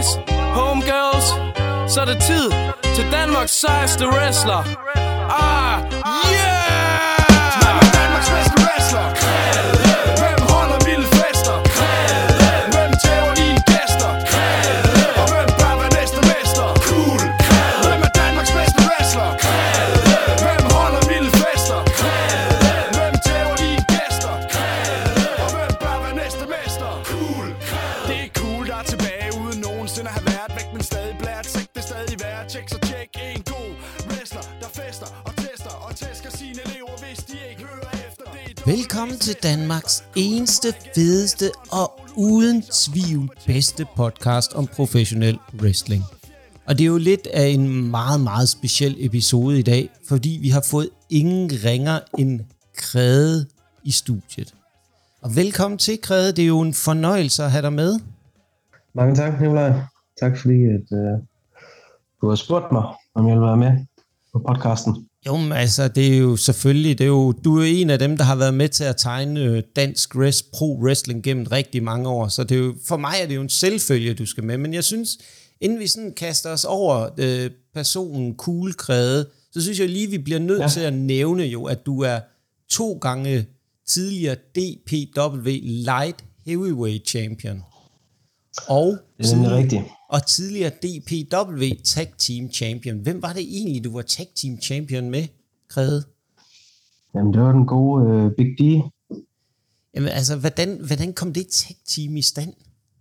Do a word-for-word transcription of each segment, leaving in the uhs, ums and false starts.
Homeboys, homegirls, så er det tid til Danmarks sejeste wrestler. Ah, yeah! Hvem er Danmarks bedste wrestler? Krede. Hvem holder vilde fester? Krede. Hvem tæver dine gæster? Krede. Og hvem bør være næste mester? Cool. Krede. Hvem er Danmarks bedste wrestler? Krede. Hvem holder vilde fester? Krede. Hvem tæver dine gæster? Krede. Og hvem bør være næste mester? Cool. Krede. Det er cool, der er tilbage uden nogensinde at have været væk, men stadig blært. Sæt det stadig værd. Tjek så tjek. En god wrestler, der fester og tester og tæsker sine elever, hvis de ikke hører efter det. Velkommen til Danmarks eneste, fedeste og uden tvivl bedste podcast om professionel wrestling. Og det er jo lidt af en meget, meget speciel episode i dag, fordi vi har fået ingen ringer end Krede i studiet. Og velkommen til, Krede. Det er jo en fornøjelse at have dig med. Mange tak, Nikolaj. Tak fordi at, uh, du har spurgt mig, om jeg vil være med på podcasten. Jo, men altså, det er jo selvfølgelig, det er jo, du er en af dem, der har været med til at tegne dansk rest, pro-wrestling gennem rigtig mange år, så det er jo, for mig er det jo en selvfølge, du skal med, men jeg synes, inden vi sådan kaster os over øh, personen Cool Krede, så synes jeg lige, vi bliver nødt ja. til at nævne jo, at du er to gange tidligere D P W Light Heavyweight Champion. Og det er nemlig rigtigt. Og tidligere D P W Tag Team Champion. Hvem var det egentlig, du var Tag Team Champion med, Krede? Jamen, det var den gode uh, Big D. Jamen, altså, hvordan, hvordan kom det Tag Team i stand?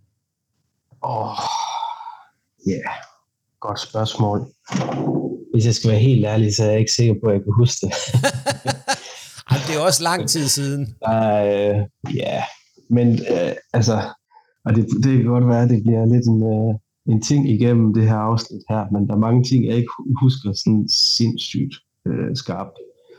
Åh, oh, ja, yeah. Godt spørgsmål. Hvis jeg skal være helt ærlig, så er jeg ikke sikker på, at jeg kan huske det. Ej, det er også lang tid siden. Ja, uh, yeah. men uh, altså... Og det, det kan godt være, at det bliver lidt en, uh, en ting igennem det her afsnit her, men der er mange ting, jeg ikke husker sådan sindssygt uh, skarpt.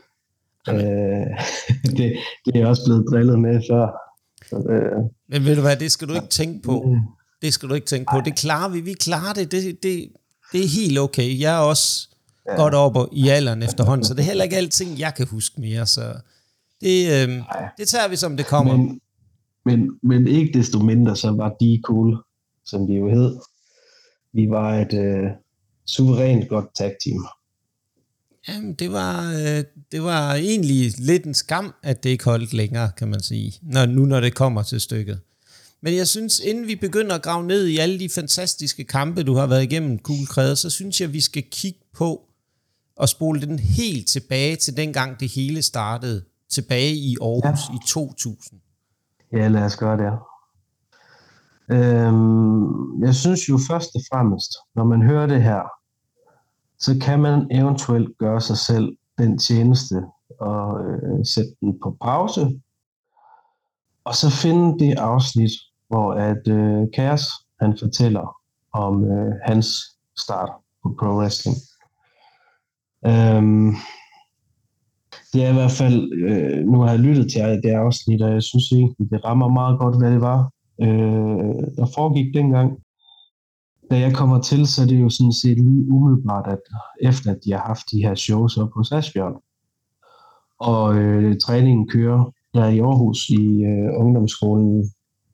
Uh, det, det er jeg også blevet drillet med før. Så, uh, men ved du hvad, det skal du ikke tænke på. Det skal du ikke tænke på. Det klarer vi. Vi klarer det. Det, det, det er helt okay. Jeg er også ja. godt oppe i alderen efterhånden, så det er heller ikke alting, jeg kan huske mere. Så det, uh, det tager vi, som det kommer. Men, Men, men ikke desto mindre, så var de cool, som de jo hed. Vi var et øh, suverænt godt tag team. Jamen, det var, øh, det var egentlig lidt en skam, at det ikke holdt længere, kan man sige, når, nu når det kommer til stykket. Men jeg synes, inden vi begynder at grave ned i alle de fantastiske kampe, du har været igennem, Cool Krede, så synes jeg, vi skal kigge på og spole den helt tilbage til dengang det hele startede, tilbage i Aarhus ja. i to tusind. Ja, lad os gøre det. Øhm, jeg synes jo først og fremmest, når man hører det her, så kan man eventuelt gøre sig selv den tjeneste og øh, sætte den på pause, og så finde det afsnit, hvor at øh, Kaos, han fortæller om øh, hans start på pro wrestling. Øhm, Det er i hvert fald, øh, nu har jeg lyttet til det afsnit, og jeg synes egentlig, det rammer meget godt, hvad det var, øh, der foregik dengang. Da jeg kommer til, så er det jo sådan set lige umiddelbart, at efter at de har haft de her shows op hos Asbjørn, og øh, træningen kører der i Aarhus i øh, ungdomsskolen.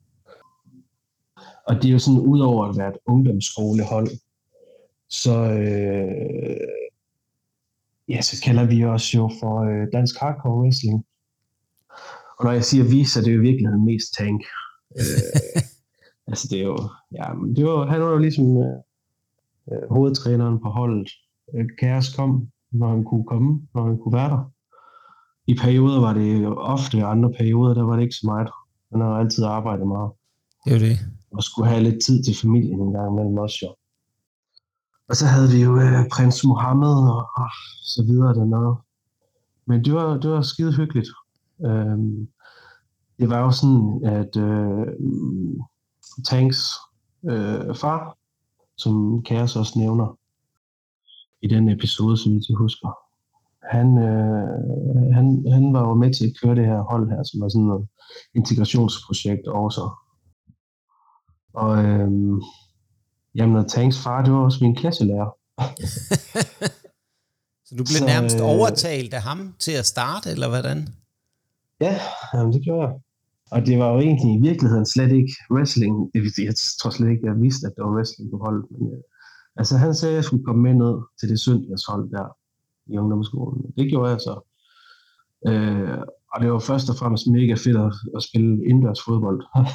Og det er jo sådan, udover at være et ungdomsskolehold, så... Øh, Ja, så kalder vi os jo for øh, dansk hardcore wrestling. Og når jeg siger vi, så er det jo i virkeligheden mest Tank. øh, altså det er jo, ja, men det var, han var jo ligesom øh, hovedtræneren på holdet. Øh, Kaos kom, når han kunne komme, når han kunne være der. I perioder var det jo ofte, og andre perioder, der var det ikke så meget. Han har altid arbejdet meget. Det er jo det. Og skulle have lidt tid til familien en gang imellem også, jo. Og så havde vi jo øh, prins Mohammed og, og så videre dernede. Men det var, det var skide hyggeligt. Øhm, det var jo sådan, at øh, Tanks øh, far, som Kaos også nævner i den episode, som vi husker, han, øh, han, han var jo med til at køre det her hold her, som var sådan et integrationsprojekt også. Og øh, jamen, og Tanks far, det var også min klasselærer. Så du blev så, nærmest overtalt af ham til at starte, eller hvordan? Ja, jamen, det gjorde jeg. Og det var jo egentlig i virkeligheden slet ikke wrestling. Jeg tror slet ikke, jeg vidste, at der var wrestling på holdet. Men, øh, altså han sagde, at jeg skulle komme med ned til det søndagshold der i ungdomsskolen. Det gjorde jeg så. Øh, og det var først og fremmest mega fedt at, at spille indendørs fodbold.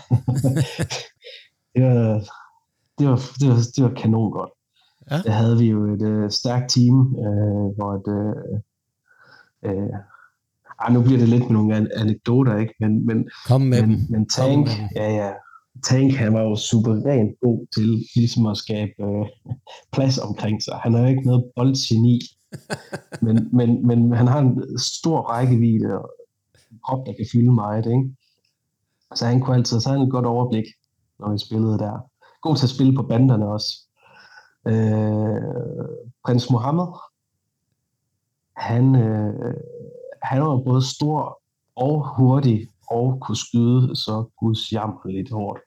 det, var, det, var, det, var, det var kanon godt. Ja. Der havde vi jo et uh, stærkt team, uh, hvor et, uh, uh, ah, nu bliver det lidt med nogle anekdoter, ikke? Men, men, Kom med men, dem. men Tank, ja, ja, Tank, han var jo suverænt god til ligesom at skabe uh, plads omkring sig. Han har jo ikke noget boldgeni, men, men, men han har en stor rækkevidde og en krop, der kan fylde meget, ikke? Så han kunne altid, så havde han et godt overblik, når vi spillede der. God til at spille på banderne også. Øh, Prins Mohammed, han, øh, han var både stor og hurtig og kunne skyde så gudsjammerligt hårdt.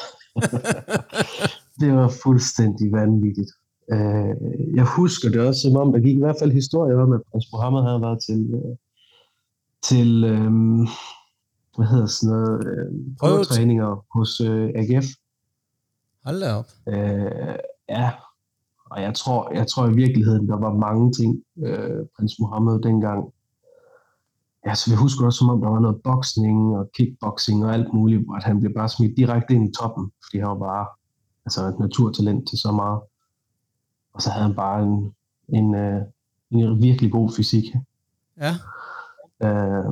Det var fuldstændig vanvittigt. Øh, jeg husker det også, som om der gik i hvert fald historier om, at Prins Mohammed havde været til, øh, til øh, hvad hedder sådan noget, øh, prøvetræninger hos øh, A G F. Hold da op. Øh, ja, og jeg tror, jeg tror i virkeligheden, der var mange ting, øh, Prins Mohammed dengang. Ja, så vi husker også, som om der var noget boksning og kickboxing og alt muligt, at han blev bare smidt direkte ind i toppen, fordi han var bare altså et naturtalent til så meget. Og så havde han bare en, en, øh, en virkelig god fysik. Ja. Øh,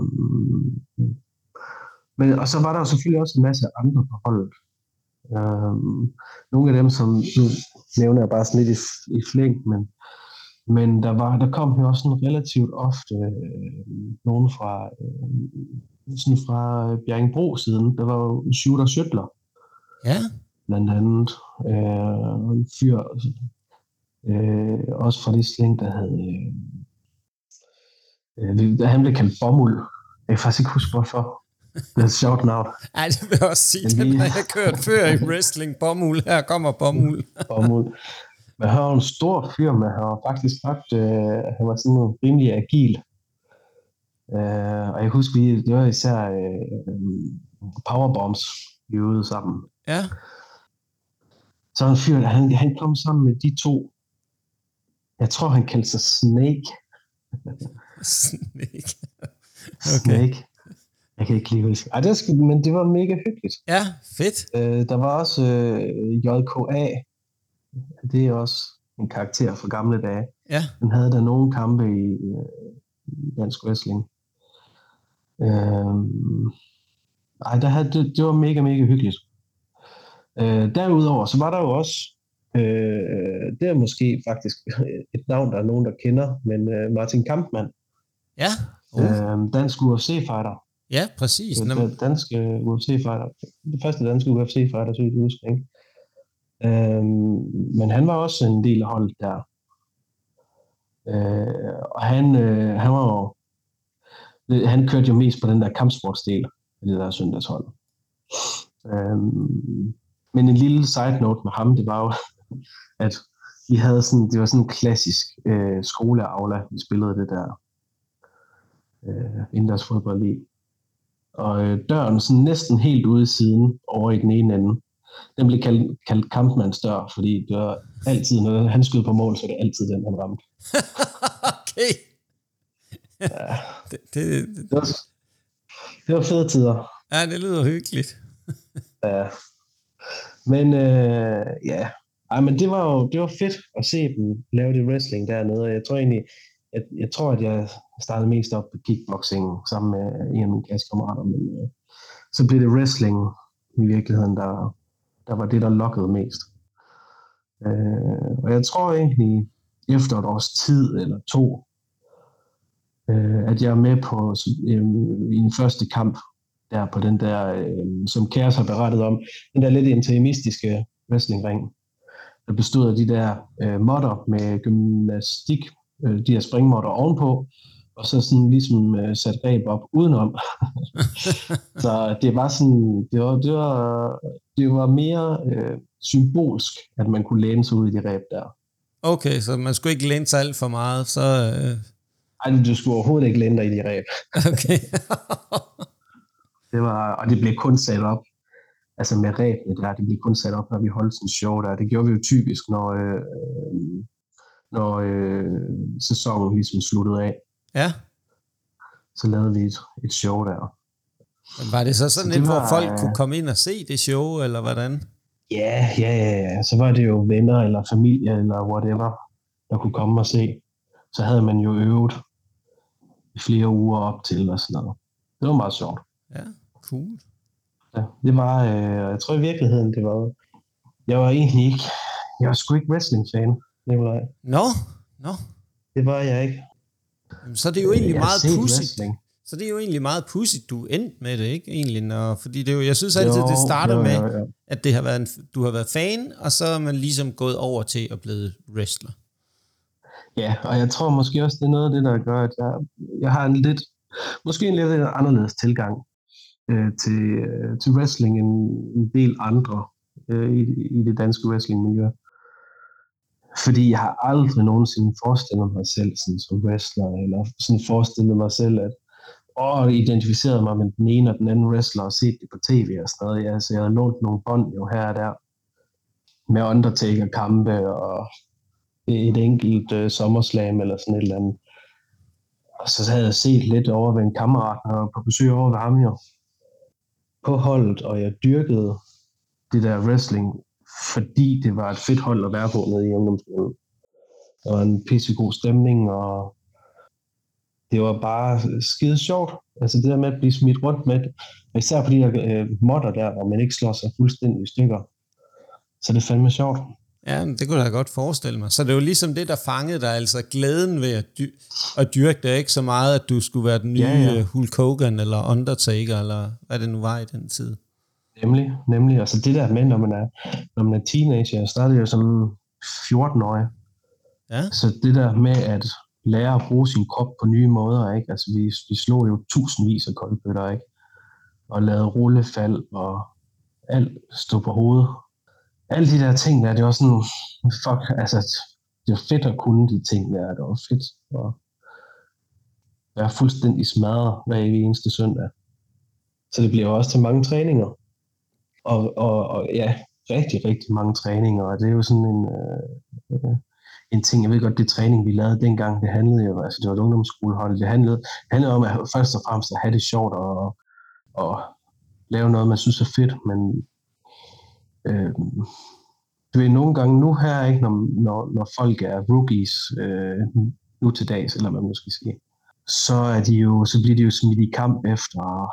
men, og så var der jo selvfølgelig også en masse andre på holdet. Um, nogle af dem, som nu nævner jeg bare sådan lidt i, i flæng, men, men der, var, der kom jo også sådan relativt ofte øh, nogen fra, øh, sådan fra Bjerringbro-siden. Der var jo Shooter Schøttler, ja. Blandt andet. Øh, en fyr, øh, også fra det slæng, der havde... Øh, øh, han blev kaldt Bomuld. Jeg kan faktisk ikke huske, hvorfor. Det er et sjovt navn. Ej, det vil jeg også sige. Den har jeg kørt før i wrestling. Bomuld. Her kommer Bomuld. Bomuld. Men han var en stor fyr, men han var faktisk ret, øh, han var sådan rimelig agil. Øh, og jeg husker, vi, det var især øh, powerbombs, vi øvede sammen. Ja. Så en fyr, han, han kom sammen med de to. Jeg tror, han kaldte sig Snake. Snake. Okay. Snake. Jeg kan ikke lige huske. Ej, det var, men det var mega hyggeligt. Ja, fedt. Øh, der var også øh, J K A. Det er også en karakter fra gamle dage. Ja. Den havde der nogle kampe i, i dansk wrestling. Øh, ej, der havde, det, det var mega, mega hyggeligt. Øh, derudover, så var der jo også, øh, det er måske faktisk et navn, der er nogen, der kender, men øh, Martin Kampmann. Ja. Uh. Øh, dansk U F C-fighter. Ja, præcis. Det danske U F C-fighter. Det første danske U F C-fighter, så jeg husker, ikke? Øhm, men han var også en del af holdet der. Øh, og han, øh, han var jo, han kørte jo mest på den der kampsportsdel af det der søndagshold. Øhm, men en lille side note med ham, det var jo, at vi havde sådan, det var sådan en klassisk øh, skoleaula, vi spillede det der øh, indendørs fodbold i. Og øh, døren sådan næsten helt ude i siden, over i den ene ende, den blev kaldt, kaldt Kampmanns dør, fordi det var altid, når han skød på mål, så det altid den, han ramte. Okay. Ja. Det, det, det, det, var, det var fede tider. Ja, det lyder hyggeligt. Ja. Men øh, ja, Ej, men det var jo det var fedt at se dem lave det wrestling dernede. Jeg tror egentlig, jeg, jeg tror, at jeg startede mest op på kickboxing sammen med en af mine klassekammerater, men øh, så blev det wrestling i virkeligheden, der, der var det, der lokkede mest. Øh, og jeg tror egentlig, efter et års tid eller to, øh, at jeg er med på øh, i en første kamp, der på den der, øh, som Kæres har berettet om, den der lidt interimistiske wrestlingring, der bestod af de der øh, modder med gymnastik, øh, de her springmodder ovenpå, og så sådan ligesom øh, sat ræb op udenom. Så det var sådan, det var, det var, det var mere øh, symbolsk, at man kunne læne sig ud i de ræb der. Okay, så man skulle ikke læne sig alt for meget, så... Øh... Ej, du skulle overhovedet ikke læne dig i de ræb. Okay. Det var, og det blev kun sat op, altså med rebene der, det blev kun sat op, når vi holdt sådan en show der. Det gjorde vi jo typisk, når, øh, når øh, sæsonen ligesom sluttede af. Ja. Så lavede vi et, et show der. Men var det så sådan så lidt, var, hvor folk kunne komme ind og se det show, eller hvordan? Ja, ja, ja. Så var det jo venner eller familie eller whatever, der kunne komme og se. Så havde man jo øvet i flere uger op til og sådan noget. Det var meget sjovt. Ja, cool. Ja, det var, øh, jeg tror i virkeligheden, det var, jeg var egentlig ikke, jeg var sgu ikke wrestling-fan. Det var jeg. Nå, nå. Det var jeg ikke. Jamen, så er det jo egentlig jeg meget pudsigt. Wrestling. Så det er jo egentlig meget pudsigt, du endte med det, ikke? Egentlig, når, fordi det er jo, jeg synes altid, jo, det starter jo, med, jo, jo. at det har været en, du har været fan, og så er man ligesom gået over til at blive wrestler. Ja, og jeg tror måske også, det er noget af det, der gør, at jeg, jeg har en lidt, måske en lidt anderledes tilgang øh, til, øh, til wrestling end en del andre øh, i, i det danske wrestlingmiljø. Fordi jeg har aldrig nogensinde forestillet mig selv sådan, som wrestler, eller sådan forestillet mig selv, at og identificerede mig med den ene og den anden wrestler og set det på tv og sådan noget. Ja, så jeg havde lånt nogle bånd jo her og der med Undertaker-kampe og et enkelt uh, SummerSlam eller sådan et eller andet. Og så havde jeg set lidt over ved en kammerat og på besøg over ved ham jo på holdet, og jeg dyrkede det der wrestling, fordi det var et fedt hold at være på nede i ungdomsskolen. Der var en pissegod stemning, og det var bare skide sjovt. Altså det der med at blive smidt rundt med, især på de der øh, modder der, hvor man ikke slår sig fuldstændig i stykker. Så det er fandme sjovt. Ja, det kunne jeg godt forestille mig. Så det er jo ligesom det, der fangede dig, altså glæden ved at, dy- at dyrke det, ikke så meget, at du skulle være den nye ja, ja. Hulk Hogan eller Undertaker, eller hvad det nu var i den tid. Nemlig, nemlig. Altså det der med, når man er, når man er teenager, jeg startede jo som fjorten-årig. Ja. Så det der med at lære at bruge sin krop på nye måder, ikke? Altså vi, vi slog jo tusindvis af koldbøtter, ikke? Og lavede rullefald og alt stod på hovedet. Alle de der ting der, det var sådan, fuck, altså det var fedt at kunne de ting der, det var fedt. Og jeg er fuldstændig smadret hver eneste søndag. Så det bliver også til mange træninger. Og, og, og ja, rigtig, rigtig mange træninger, og det er jo sådan en... Øh, øh, en ting, jeg ved godt, det træning, vi lavede dengang, det handlede jo, altså det var et ungdomsskolehold, det handlede, det handlede om at først og fremmest at have det sjovt og, og lave noget, man synes er fedt, men øh, du ved, nogle gange nu her, ikke, når, når, når folk er rookies øh, nu til dags, eller hvad man skal sige, så er de jo, så bliver de jo smidt i kamp efter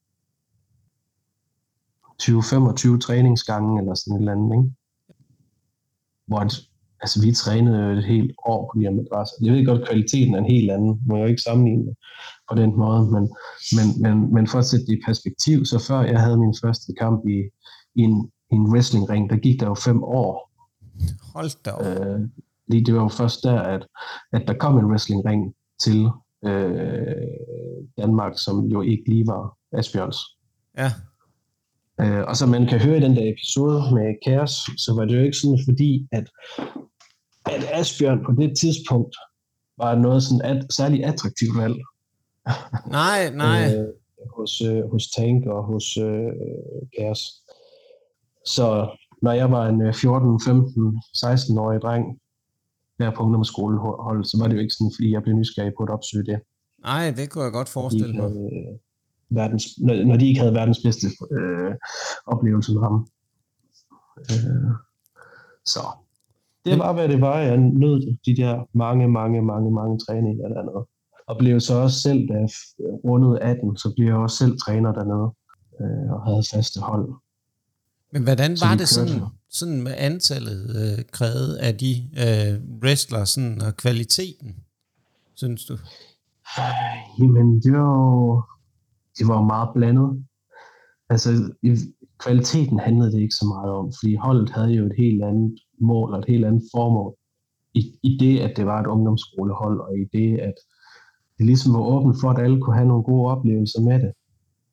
tyve til femogtyve træningsgange, eller sådan et eller andet, ikke? Hvor altså, vi trænede et helt år på de her madrasser. Jeg ved godt, at kvaliteten er en helt anden. Må jeg jo ikke sammenligne det på den måde. Men, men, men, men for at sætte det i perspektiv, så før jeg havde min første kamp i, i, en, i en wrestlingring, der gik der jo fem år. Hold da op. Øh, lige det var jo først der, at, at der kom en wrestlingring til øh, Danmark, som jo ikke lige var Asbjørns. Ja. Øh, og som man kan høre i den der episode med Kaos, så var det jo ikke sådan, fordi at at Asbjørn på det tidspunkt var noget sådan at, særligt attraktivt valg. Nej, nej. øh, hos, øh, hos Tank og hos øh, Kaos. Så når jeg var en fjorten, femten, seksten-årig dreng der på ungdomsskolehold, så var det jo ikke sådan, fordi jeg blev nysgerrig på at opsøge det. Nej, det kunne jeg godt forestille mig. Øh, verdens, når, når de ikke havde verdens bedste øh, oplevelse med ham. Øh, så det var, hvad det var. Jeg nød de der mange, mange, mange, mange træninger dernede. Og blev så også selv, da jeg rundede atten, så blev jeg også selv træner dernede øh, og havde faste hold. Men hvordan så var de det sådan, sådan med antallet øh, krævet af de øh, wrestlere sådan, og kvaliteten, synes du? Jamen, det var jo det var meget blandet. Altså, i kvaliteten handlede det ikke så meget om, fordi holdet havde jo et helt andet mål og et helt andet formål. I, i det, at det var et ungdomsskolehold, og i det, at det ligesom var åbent for, at alle kunne have nogle gode oplevelser med det.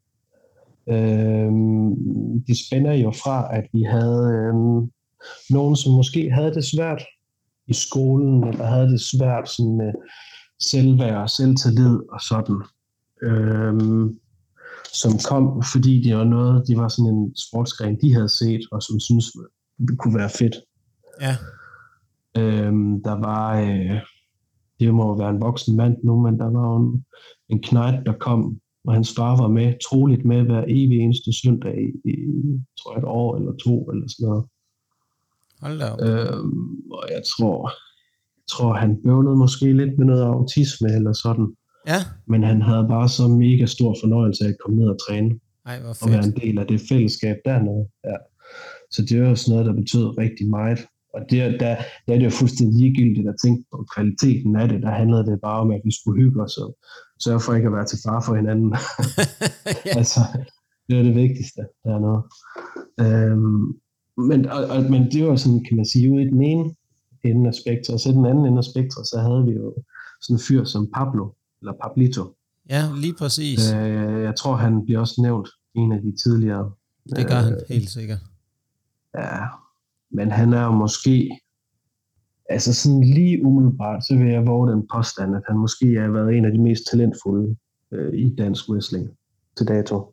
Øhm, de spænder jo fra, at vi havde øhm, nogen, som måske havde det svært i skolen, eller havde det svært sådan med selvværd og selvtillid og sådan. Øhm, som kom, fordi det var noget, de var sådan en sportsgren, de havde set, og som synes det kunne være fedt. Ja. Øhm, der var, øh, det må være en voksen mand nu, men der var en, en knægt, der kom, og hans far var med, troligt med hver evig eneste søndag i, i tror jeg, et år eller to, eller sådan noget. Hold da op. Øhm, og jeg tror, jeg tror, han bøvlede måske lidt med noget autisme eller sådan. Ja. Men han havde bare så mega stor fornøjelse af at komme ned og træne. Ej, hvor fedt. Og være en del af det fællesskab dernede. Ja. Så det er jo sådan noget, der betød rigtig meget. Og det, der, der er det jo fuldstændig ligegyldigt at tænke på kvaliteten af det. Der handlede det bare om, at vi skulle hygge os og sørge for ikke at være til far for hinanden. Ja. Altså, det er det vigtigste dernede. Øhm, men, og, og, men det var sådan, kan man sige, ude i den ene ende af spektret, og så den anden ende af spektret, så havde vi jo sådan en fyr som Pablo, eller Pablito. Ja, lige præcis. Øh, jeg tror, han bliver også nævnt en af de tidligere. Det gør øh, han helt sikkert. Ja, men han er jo måske, altså sådan lige umiddelbart, så vil jeg våge den påstand, at han måske har været en af de mest talentfulde øh, i dansk wrestling til dato.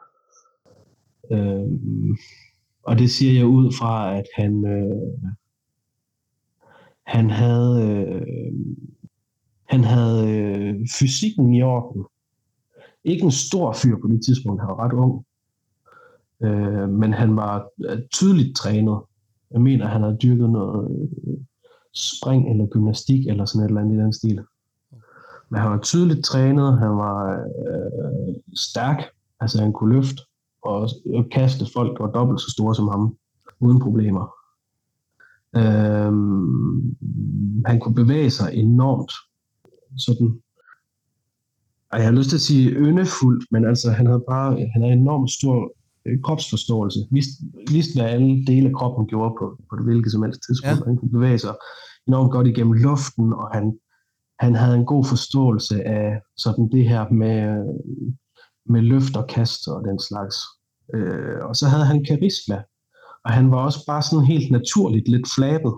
Øh, og det siger jeg ud fra, at han, øh, han havde, øh, han havde øh, fysikken i orden. Ikke en stor fyr på det tidspunkt, han var ret ung. Øh, men han var tydeligt trænet. Jeg mener, han havde dyrket noget øh, spring eller gymnastik eller sådan et eller andet i den stil. Men han var tydeligt trænet, han var øh, stærk, altså han kunne løfte og, og kaste folk, der var dobbelt så store som ham, uden problemer. Øh, han kunne bevæge sig enormt sådan. Og jeg har lyst til at sige yndefuldt, men altså han havde bare han havde enormt stor kropsforståelse. Vidste, vidste hvad alle dele af kroppen gjorde på, på det hvilket som helst tidspunkt. Ja. Han kunne bevæge sig enormt godt igennem luften, og han, han havde en god forståelse af sådan det her med, med løft og kast og den slags. Øh, og så havde han karisma, og han var også bare sådan helt naturligt lidt flabet.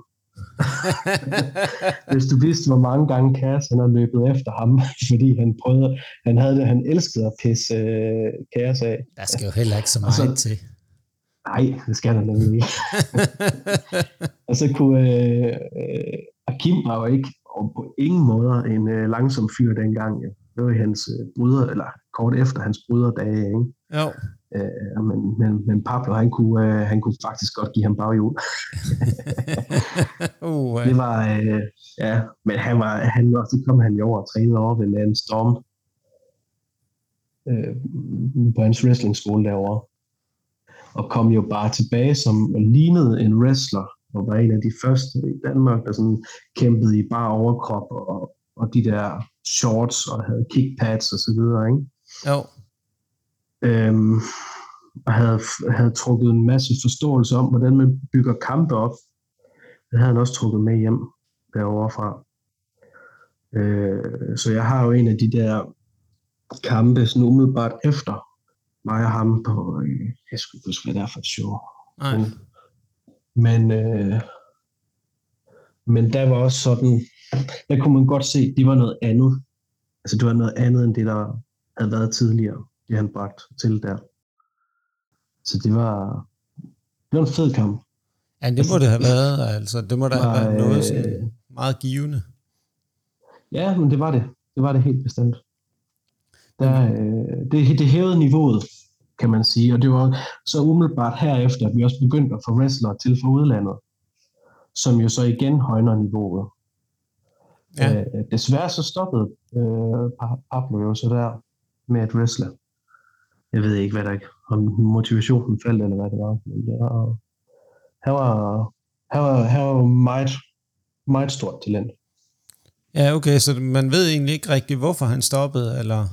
Hvis du vidste, hvor mange gange Kæres han har løbet efter ham, fordi han prøvede, han havde det, han elskede at pisse øh, Kæres af. Der skal jo heller ikke så meget så, til. Nej, det skal der nemlig ikke. Og så kunne øh, øh, Akim var jo ikke og på ingen måder en øh, langsom fyr dengang. Ja. Det var hans øh, bryder, eller kort efter hans bryderdage, ikke? Jo. Øh, men, men, men Pablo, han kunne, øh, han kunne faktisk godt give ham baghjul. uh, uh. Det var, øh, ja, men han var, han var, så kom han jo over og trænede over ved Land Storm øh, på hans wrestlingskole derovre. Og kom jo bare tilbage som lignede en wrestler, og var en af de første i Danmark, der sådan kæmpede i bare overkrop og, og de der shorts og havde kickpads og så videre, ikke? Jo. Øhm, og havde, havde trukket en masse forståelse om, hvordan man bygger kampe op. Det havde han også trukket med hjem derovre fra. Øh, så jeg har jo en af de der kampe sådan umiddelbart efter mig og ham på, øh, jeg skulle ikke huske, hvad det er for et show. Nej. Men, men, øh, men der var også sådan, der kunne man godt se, det var noget andet. Altså det var noget andet, end det, der havde været tidligere, det han bragt til der. Så det var, det var en fed kamp. Ja, det må det have været, altså. Det må da have været noget sådan meget givende. Ja, men det var det. Det var det helt bestemt. Der, øh, det, det hævede niveauet, kan man sige. Og det var så umiddelbart herefter, at vi også begyndte at få wrestlere til fra udlandet, som jo så igen højner niveauet. Ja. Øh, desværre så stoppede øh, Pablo jo så der med at wrestle. Jeg ved ikke, hvad der ikke, om motivationen faldt, eller hvad det var. Men det var, han var, han var, han var meget, meget stort talent. Ja, okay, så man ved egentlig ikke rigtigt, hvorfor han stoppede, eller?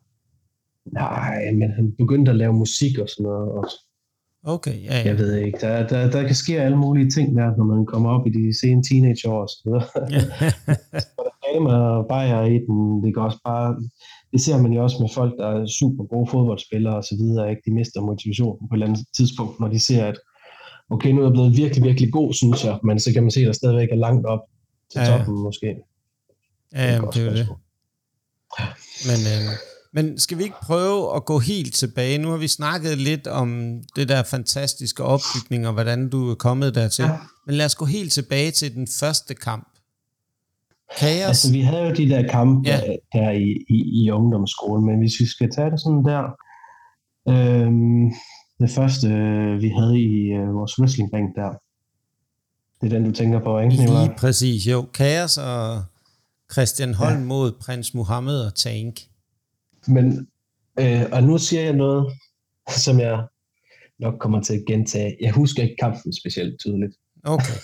Nej, men han begyndte at lave musik og sådan noget også. Okay, ja, ja. Jeg ved ikke, der, der, der kan ske alle mulige ting der, når man kommer op i de sene teenageår og sådan noget. Ja. Der er damer og bajer i den, det går også bare, det ser man jo også med folk, der er super gode fodboldspillere og så videre, ikke? De mister motivationen på et eller andet tidspunkt, når de ser, at okay, nu er jeg blevet virkelig, virkelig god, synes jeg, men så kan man se, at der stadigvæk er langt op til ja, ja. toppen måske. Ja, jamen, det er jo det. Men, øh, Men skal vi ikke prøve at gå helt tilbage? Nu har vi snakket lidt om det der fantastiske opbygning, og hvordan du er kommet dertil. Ja. Men lad os gå helt tilbage til den første kamp. Kaos. Altså, vi havde jo de der kampe ja. der i, i, i ungdomsskolen, men hvis vi skal tage det sådan der, øhm, det første, vi havde i øh, vores wrestlingring der, det er den, du tænker på, ikke? Lige præcis, jo. Kaos og Christian Holm ja. mod Prins Mohammed og Tank. Men, øh, og nu siger jeg noget, som jeg nok kommer til at gentage. Jeg husker ikke kampen specielt tydeligt. Okay.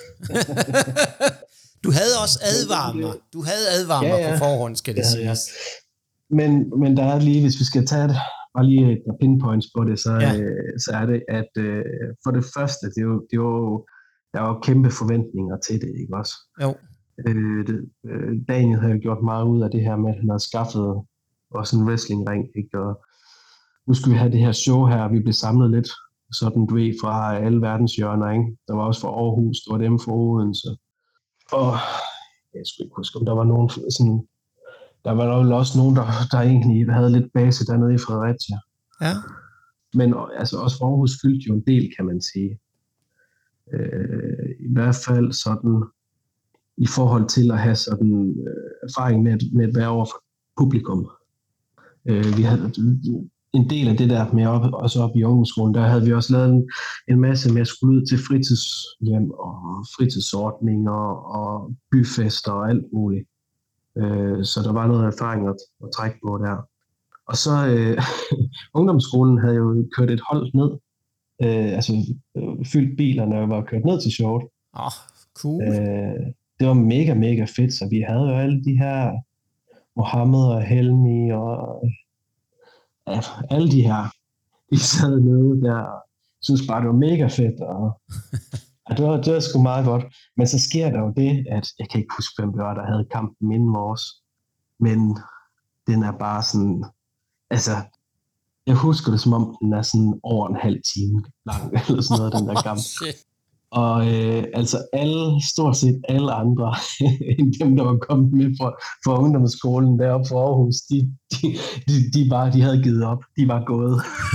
Du havde også advaret mig. Du havde advaret mig ja, ja. på forhånd, skal det ja, siges. Ja. Men, men der er lige, hvis vi skal tage det, bare lige et pinpoints på det, så, ja. øh, så er det, at øh, for det første, det er jo, det er jo, der var kæmpe forventninger til det, ikke også? Jo. Øh, det, øh, Daniel havde gjort meget ud af det her med, at han havde skaffet også en wrestlingring, ikke? Og nu skulle vi have det her show her, og vi blev samlet lidt, sådan du ved, fra alle verdenshjørner, ikke? Der var også fra Aarhus, der var dem fra Odense. Og jeg skulle ikke huske, om der var nogen sådan, der var jo også nogen, der, der egentlig havde lidt base dernede i Fredericia. Ja. Men altså også for Aarhus fyldte jo en del, kan man sige. Øh, I hvert fald sådan, i forhold til at have sådan øh, erfaring med at, med at være over for publikum. Øh, vi havde en del af det der med op, også op i ungdomsskolen, der havde vi også lavet en, en masse med at skulle ud til fritidshjem og fritidsordninger og byfester og alt muligt. Øh, så der var noget erfaring at, at trække på der. Og så øh, ungdomsskolen havde jo kørt et hold ned, øh, altså øh, fyldt bilerne og var kørt ned til showet. Åh, oh, cool. Øh, det var mega, mega fedt, så vi havde jo alle de her Mohammed og Helmi og ja, alle de her, de sad nede der og synes bare, det var mega fedt, og ja, det, var, det var sgu meget godt. Men så sker der jo det, at jeg kan ikke huske, hvem det var, der havde kampen inden vores, men den er bare sådan, altså, jeg husker det som om, den er sådan over en halv time lang, eller sådan noget, den der kamp. Og øh, altså alle, stort set alle andre, end dem, der var kommet med fra, fra ungdomsskolen deroppe fra Aarhus, de, de, de, de, bare, de havde givet op. De var gået.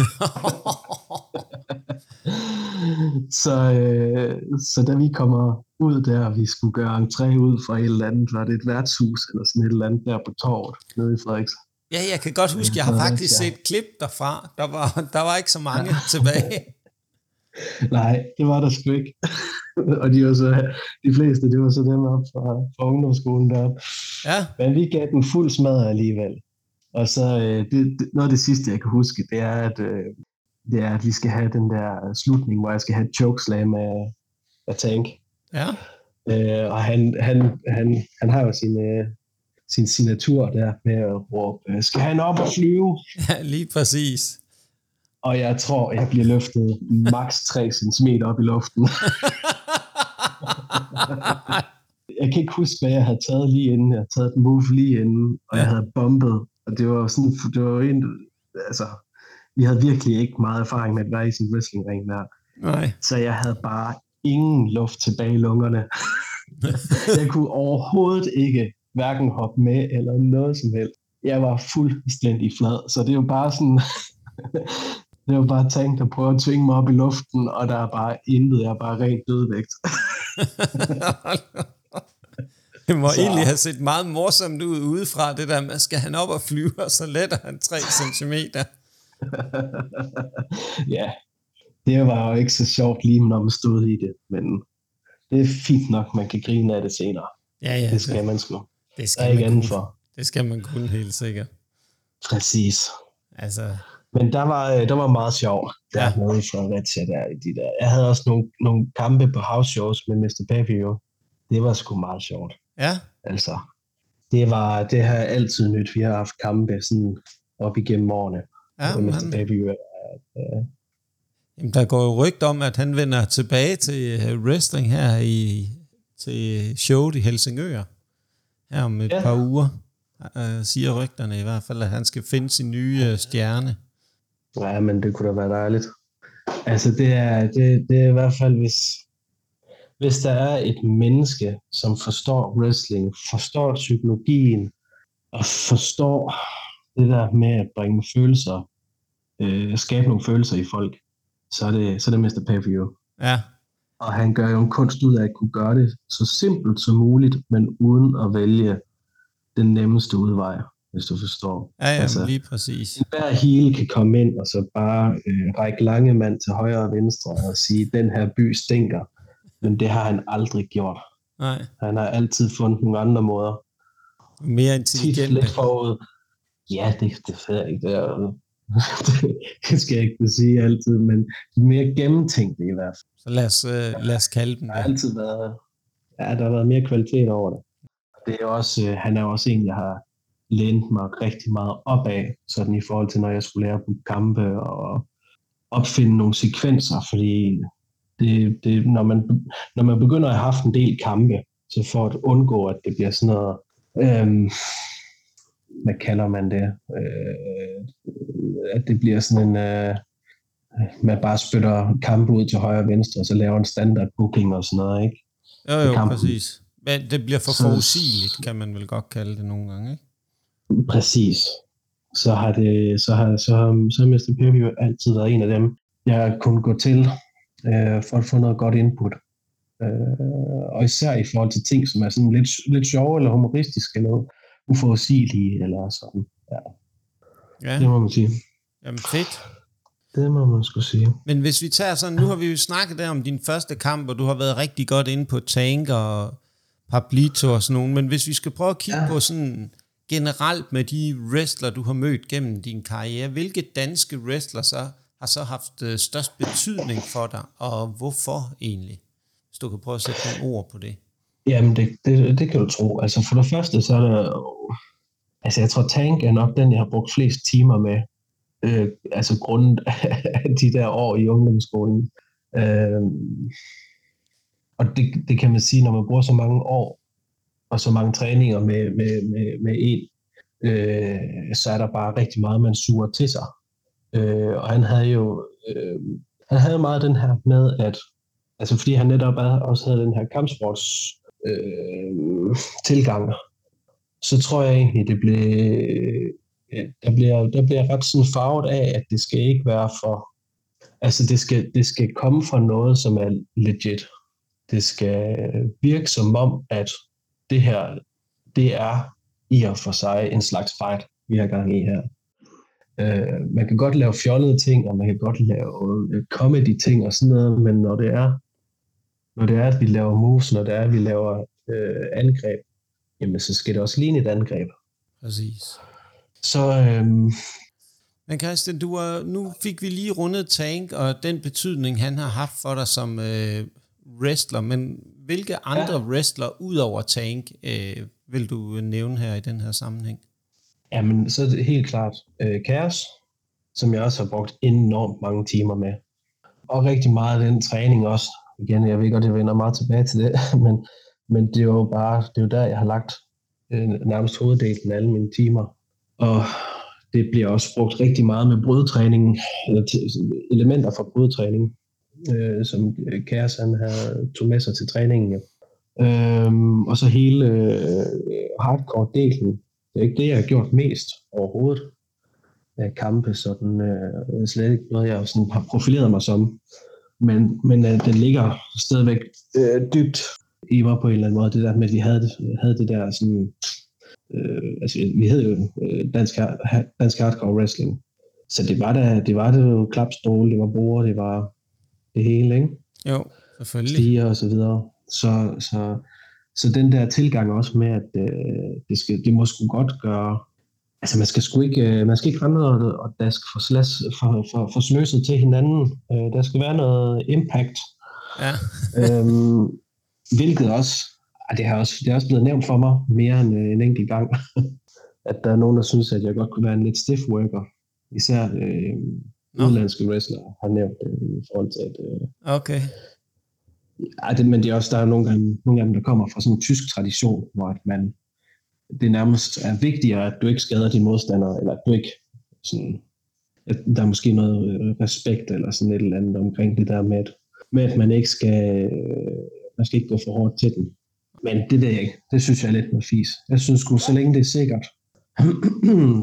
så, øh, så da vi kommer ud der, vi skulle gøre entré ud fra et eller andet, var det et værtshus eller sådan et eller andet der på torvet nede i Frederikshavn. Ja, jeg kan godt huske, jeg har faktisk set klip derfra. Der var, der var ikke så mange tilbage. Nej, det var der sgu ikke. Og de var så, de fleste, det var så dem op fra, fra ungdomsskolen deroppe. Ja. Men vi gav den fuld smadret alligevel. Og så øh, det, det, noget af det sidste, jeg kan huske, det er, at, øh, det er, at vi skal have den der slutning, hvor jeg skal have et chokeslam af, af Tank. Ja. Øh, og han, han, han, han har jo sin, øh, sin signatur der med at råbe, skal han op og flyve? Ja, lige præcis. Og jeg tror, jeg bliver løftet maks tre centimeter op i luften. Jeg kan ikke huske, hvad jeg havde taget lige inden. Jeg havde taget et move lige inden, og jeg havde bombet. Og det var sådan, det var en, altså, vi havde virkelig ikke meget erfaring med at være i sin wrestlingring der. Nej. Så jeg havde bare ingen luft tilbage i lungerne. Jeg kunne overhovedet ikke hverken hoppe med eller noget som helst. Jeg var fuldstændig flad, så det er jo bare sådan... Det var bare tænkt at prøve at tvinge mig op i luften, og der er bare intet, jeg er bare rent dødvægt. Det må så. Egentlig have set meget morsomt ud udefra, det der med, skal han op og flyve, og så letter han tre centimeter. Ja, det var jo ikke så sjovt lige, når man stod i det, men det er fint nok, man kan grine af det senere. Ja, ja. Det skal det, man sgu. Det skal man kunne, for. Det skal man kunne helt sikkert. Præcis. Altså... Men der var, der var meget sjov der ja. Nede i Fredericia der i de der. Jeg havde også nogle, nogle kampe på house shows med mister Pavio. Det var sgu meget sjovt. Ja. Altså, det var, det har jeg altid nyt. Vi har haft kampe sådan op igennem årene. Ja, med mister Pavio. Ja. Jamen, der går jo rygt om, at han vender tilbage til wrestling her i, til showet i Helsingør. Her om et ja. par uger. Uh, siger rygterne i hvert fald, at han skal finde sin nye uh, stjerne. Ja, men det kunne da være dejligt. Altså, det er, det, det er i hvert fald, hvis, hvis der er et menneske, som forstår wrestling, forstår psykologien, og forstår det der med at bringe følelser, øh, skabe nogle følelser i folk, så er det, så er det mister Pay-Per-View. Ja. Og han gør jo en kunst ud af at kunne gøre det så simpelt som muligt, men uden at vælge den nemmeste udvej, hvis du forstår. Ja, ja, altså, lige præcis. Hver heel kan komme ind og så bare øh, række lange mand til højre og venstre og sige, den her by stinker. Men det har han aldrig gjort. Nej. Han har altid fundet nogle andre måder. Mere intelligent. Lidt forud. Ja, det, det ved jeg ikke. Det, er, det skal jeg ikke sige altid, men mere gennemtænkt i hvert fald. Så lad os, øh, lad os kalde den det. Der har altid været, ja, der har været mere kvalitet over det. Det er også, øh, han er også en, jeg har lænet mig rigtig meget op af, sådan i forhold til, når jeg skulle lære på kampe og opfinde nogle sekvenser, fordi det, det, når, man, når man begynder at have haft en del kampe, så for at undgå, at det bliver sådan noget, øhm, hvad kalder man det, øh, at det bliver sådan en, øh, man bare spytter kampe ud til højre og venstre, og så laver en standard booking og sådan noget, ikke? Jo, jo, præcis. Men det bliver for forudsigeligt, kan man vel godt kalde det nogle gange, ikke? Præcis. Så har det, så har, så har, så har mister Pay-Per-View altid været en af dem, jeg kunne gå til øh, for at få noget godt input. Øh, og især i forhold til ting, som er sådan lidt, lidt sjove eller humoristiske eller uforudsigelige eller sådan. Ja. Ja. Det må man sige. Jamen fedt. Det må man skulle sige. Men hvis vi tager sådan, nu har vi jo snakket der om din første kamp, og du har været rigtig godt inde på Tank og Pablito og sådan nogen, men hvis vi skal prøve at kigge ja. på sådan generelt med de wrestler, du har mødt gennem din karriere, hvilke danske wrestler så har så haft størst betydning for dig, og hvorfor egentlig? Hvis du kan prøve at sætte nogle ord på det. Jamen, det, det, det kan du tro. Altså for det første, så er der, altså jeg tror, Tank er nok den, jeg har brugt flest timer med, øh, altså grundet af de der år i ungdomsskolen. Øh, og det, det kan man sige, når man bruger så mange år, og så mange træninger med, med, med, med en, øh, så er der bare rigtig meget, man suger til sig. Øh, og han havde jo øh, han havde meget den her med, at altså fordi han netop også havde den her kampsports øh, tilgang, så tror jeg egentlig, det blev, der bliver, der bliver ret sådan farvet af, at det skal ikke være for, altså det skal, det skal komme fra noget, som er legit. Det skal virke som om, at det her, det er i og for sig en slags fight, vi har gang i her. Uh, man kan godt lave fjollede ting, og man kan godt lave comedy ting og sådan noget, men når det er, når det er, at vi laver moves, når det er, at vi laver uh, angreb, jamen så skal det også ligne et angreb. Præcis. Så... Um... Men Christian, du er, nu fik vi lige rundet Tank, og den betydning, han har haft for dig som øh, wrestler, men hvilke andre ja. wrestler ud over Tank øh, vil du nævne her i den her sammenhæng? Jamen, så er det helt klart øh, Chaos, som jeg også har brugt enormt mange timer med. Og rigtig meget af den træning også. Igen, jeg ved godt, jeg vender meget tilbage til det, men, men det er jo bare, det er jo der, jeg har lagt øh, nærmest hoveddelen af alle mine timer. Og det bliver også brugt rigtig meget med brødtræningen, eller t- elementer fra brødtræningen, øh, som Chaos han har tog med sig til træningen. Ja. Øhm, og så hele øh, hardcore-delen. Det er ikke det, jeg har gjort mest overhovedet af kampe, sådan øh, slet ikke noget, jeg sådan har profileret mig som. Men, men øh, den ligger stadigvæk øh, dybt i mig på en eller anden måde. Det der med, at vi havde, havde det der sådan... Øh, altså, vi hed jo øh, dansk, dansk hardcore wrestling. Så det var da, det var det jo klapstol, det var bord, det var det hele, ikke? Jo, selvfølgelig. Stiger og så videre. Så, så, så den der tilgang også med, at øh, det, skal, det må sgu godt gøre... Altså, man skal sgu ikke, øh, man skal ikke rende og, og dask for, slas, for, for, for snøset til hinanden. Øh, der skal være noget impact. Ja. øhm, hvilket også... Det er, også, det er også blevet nævnt for mig mere end en enkelt gang, at der er nogen, der synes, at jeg godt kunne være en lidt stiff worker. Især øh, no. udlandske wrestlere har nævnt det i forhold til, at... Øh, okay. Ja, det, men det er også, der er nogle, gange, nogle af dem, der kommer fra sådan en tysk tradition, hvor at man, det nærmest er vigtigere, at du ikke skader dine modstandere, eller at du ikke sådan... At der er måske noget respekt eller sådan et eller andet omkring det der med, at, med, at man ikke skal... Man skal ikke gå for hårdt til den. Men det der ikke. Det synes jeg er lidt med fis. Jeg synes sgu, så længe det er sikkert,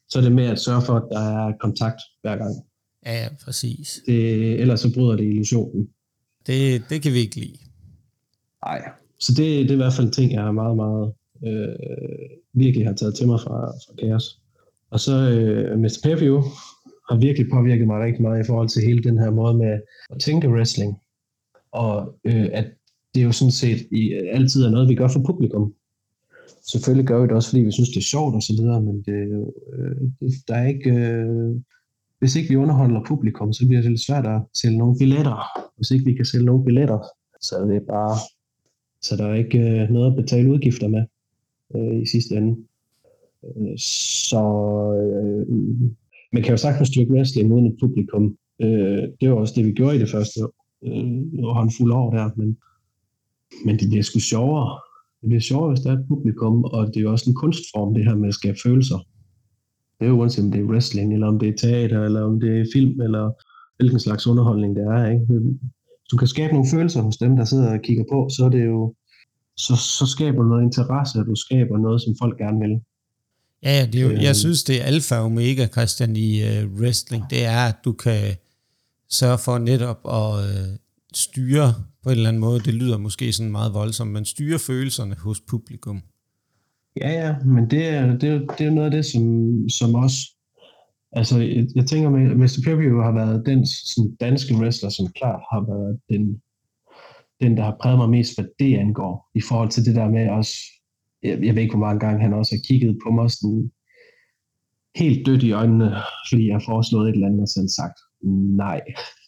så er det med at sørge for, at der er kontakt hver gang. Ja, ja, præcis. Det, ellers så bryder det illusionen. Det, det kan vi ikke lide. Nej, så det, det er i hvert fald en ting, jeg har meget, meget øh, virkelig har taget til mig fra, fra Kaos. Og så øh, mister Pay-Per-View har virkelig påvirket mig rigtig meget i forhold til hele den her måde med at tænke wrestling. Og øh, at det jo sådan set i, altid er noget, vi gør for publikum. Selvfølgelig gør vi det også, fordi vi synes, det er sjovt og så videre, men det, øh, det, der er ikke... Øh, hvis ikke vi underholder publikum, så bliver det lidt svært at sælge nogle billetter. Hvis ikke vi kan sælge nogle billetter, så er det bare... Så der er ikke øh, noget at betale udgifter med øh, i sidste ende. Øh, så øh, man kan jo sagtens styrke wrestling uden et publikum. Øh, det var også det, vi gjorde i det første øh, håndfuld år der, men, men det bliver sgu sjovere. Det bliver sjovere, hvis der er et publikum, og det er jo også en kunstform, det her med at skabe følelser. Det er jo uanset om det er wrestling, eller om det er teater, eller om det er film, eller hvilken slags underholdning det er, ikke? Hvis du kan skabe nogle følelser hos dem, der sidder og kigger på, så er det jo, så, så skaber du noget interesse, og du skaber noget, som folk gerne vil. Ja, det er jo, jeg synes, det er alfa og omega, Christian, i uh, wrestling. Det er, at du kan sørge for netop at uh, styre på en eller anden måde. Det lyder måske sådan meget voldsomt, men styre følelserne hos publikum. Ja, ja, men det er, det er, det er noget af det, som, som også... Altså, jeg, jeg tænker, at mister Pay-Per-View har været den sådan, danske wrestler, som klart har været den, den, der har præget mig mest, hvad det angår, i forhold til det der med også... Jeg, jeg ved ikke, hvor mange gange han også har kigget på mig sådan helt dødt i øjnene, fordi jeg har foreslået et eller andet, og så sagt, nej,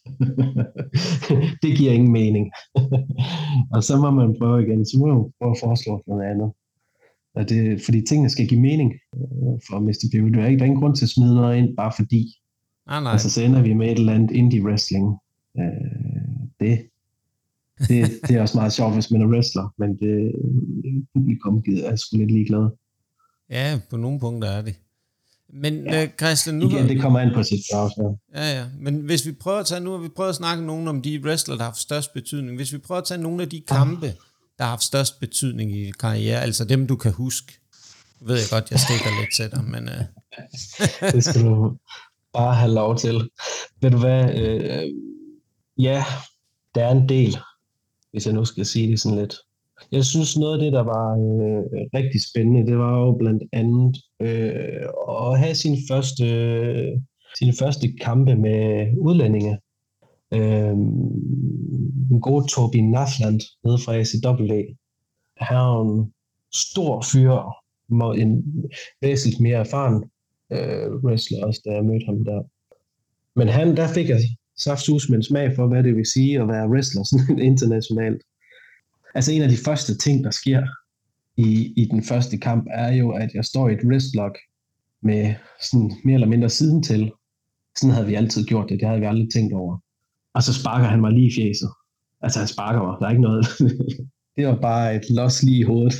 det giver ingen mening. Og så må man prøve igen, så må man prøve at foreslå noget andet. Og det, fordi tingene skal give mening for mister Pay-Per-View. Der er ikke der er ingen grund til at smide noget ind, bare fordi. Ah, nej. Altså, så ender vi med et eller andet indie wrestling. Øh, det, det, det er også meget sjovt, hvis man er wrestler, men det publikum er sgu lidt ligeglad. Ja, på nogle punkter er det. Men ja. uh, Christian, nu igen, det kommer an på sit spørgsmål. Ja, ja. Men hvis vi prøver at tage, nu har vi prøvet at snakke nogen om de wrestler, der har haft størst betydning. Hvis vi prøver at tage nogle af de kampe, der har haft størst betydning i karriere, altså dem, du kan huske. Jeg ved jeg godt, jeg stikker lidt til dig, men... Uh... det skal du bare have lov til. Ved du hvad? Øh, ja, der er en del, hvis jeg nu skal sige det sådan lidt. Jeg synes, noget af det, der var øh, rigtig spændende, det var jo blandt andet øh, at have sin første, øh, sine første kampe med udlændinge. Øh, en god Torbjørn Nafland nede fra A C W. Han er en stor fyr, en væsentligt mere erfaren øh, wrestler også, da jeg mødte ham der. Men han, der fik jeg saftsus med en smag for, hvad det vil sige at være wrestler sådan internationalt. Altså en af de første ting, der sker i, i den første kamp, er jo, at jeg står i et wristlock med sådan mere eller mindre siden til. Sådan havde vi altid gjort det, det havde vi aldrig tænkt over. Og så sparker han mig lige i fjeset. Altså han sparker mig, der er ikke noget. Det var bare et los lige i hovedet.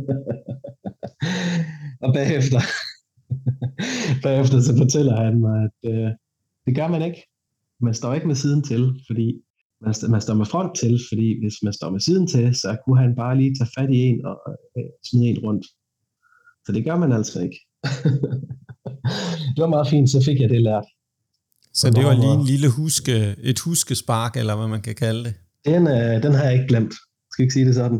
Og bagefter, bagefter så fortæller han mig, at øh, det gør man ikke. Man står ikke med siden til, fordi man, man står med front til, fordi hvis man står med siden til, så kunne han bare lige tage fat i en og øh, smide en rundt. Så det gør man altså ikke. Det var meget fint, så fik jeg det lært. Så det var lige en lille huske, et huskespark, eller hvad man kan kalde det? Den, øh, den har jeg ikke glemt. Jeg skal ikke sige det sådan.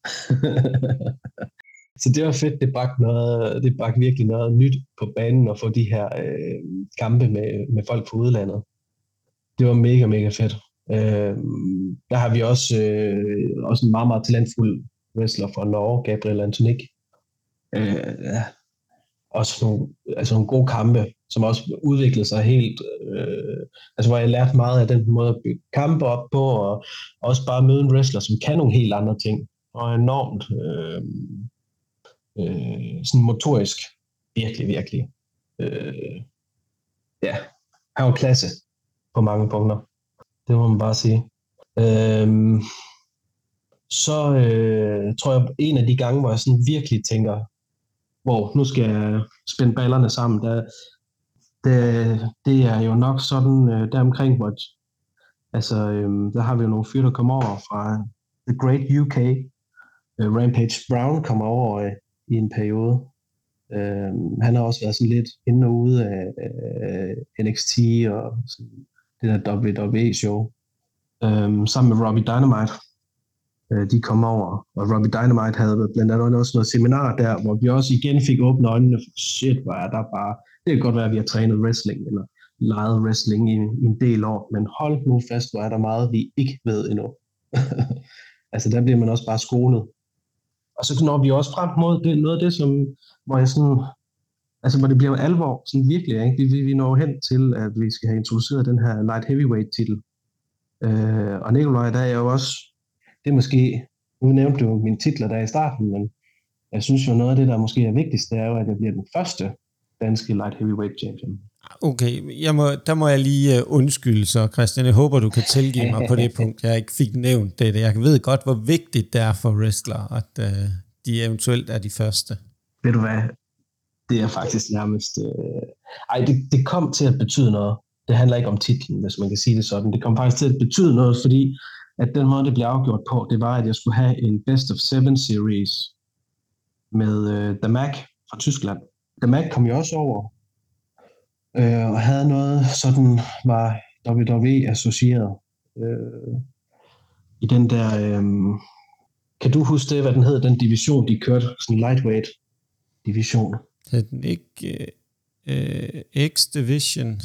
Så det var fedt, det bragte, noget, det bragte virkelig noget nyt på banen at få de her øh, kampe med, med folk fra udlandet. Det var mega, mega fedt. Øh, der har vi også, øh, også en meget, meget talentfuld wrestler fra Norge, Gabriel Antonik. Øh, også nogle, altså nogle gode kampe, som også udviklede sig helt, øh, altså hvor jeg lærte meget af den måde at bygge kampe op på, og også bare møde en wrestler, som kan nogle helt andre ting, og enormt øh, øh, sådan motorisk, virkelig, virkelig. Øh, ja, han var klasse på mange punkter. Det må man bare sige. Øh, så øh, tror jeg, en af de gange, hvor jeg sådan virkelig tænker, wow, nu skal jeg spænde ballerne sammen, der, det, det er jo nok sådan, øh, der omkring, hvor altså, øh, der har vi jo nogle fyre, der kommer over fra The Great U K. Øh, Rampage Brown kommer over øh, i en periode. Øh, han har også været sådan lidt inde og ude af øh, N X T og sådan, det der W W E-show. Øh, sammen med Robbie Dynamite. Øh, de kom over, og Robbie Dynamite havde blandt andet også noget seminar der, hvor vi også igen fik åbne øjnene for, shit, hvor er der bare... Det kan godt være, at vi har trænet wrestling, eller leget wrestling i, i en del år, men hold nu fast, hvor er der meget, vi ikke ved endnu. Altså, der bliver man også bare skolet. Og så når vi også frem mod det, noget af det, som, hvor jeg sådan, altså hvor det bliver alvor, sådan virkelig, ikke? Vi, vi når hen til, at vi skal have introduceret den her light heavyweight titel. Øh, og Nikolaj, der er jo også, det er måske, nu nævnte du mine titler der i starten, men jeg synes jo noget af det, der måske er vigtigst, det er jo, at jeg bliver den første danske light heavyweight champion. Okay, jeg må, der må jeg lige uh, undskylde så, Christian. Jeg håber, du kan tilgive mig på det punkt, jeg ikke fik nævnt det. Jeg ved godt, hvor vigtigt det er for wrestlere, at uh, de eventuelt er de første. Ved du hvad? Det er faktisk nærmest... Øh... Ej, det, det kom til at betyde noget. Det handler ikke om titlen, hvis man kan sige det sådan. Det kom faktisk til at betyde noget, fordi at den måde, det blev afgjort på, det var, at jeg skulle have en Best of Seven series med uh, The Mac fra Tyskland. The Mac kom jo også over, øh, og havde noget, sådan var W W E associeret øh, i den der... Øh, kan du huske det, hvad den hed, den division, de kørte? Sådan lightweight division. Hed den ikke øh, X-Division?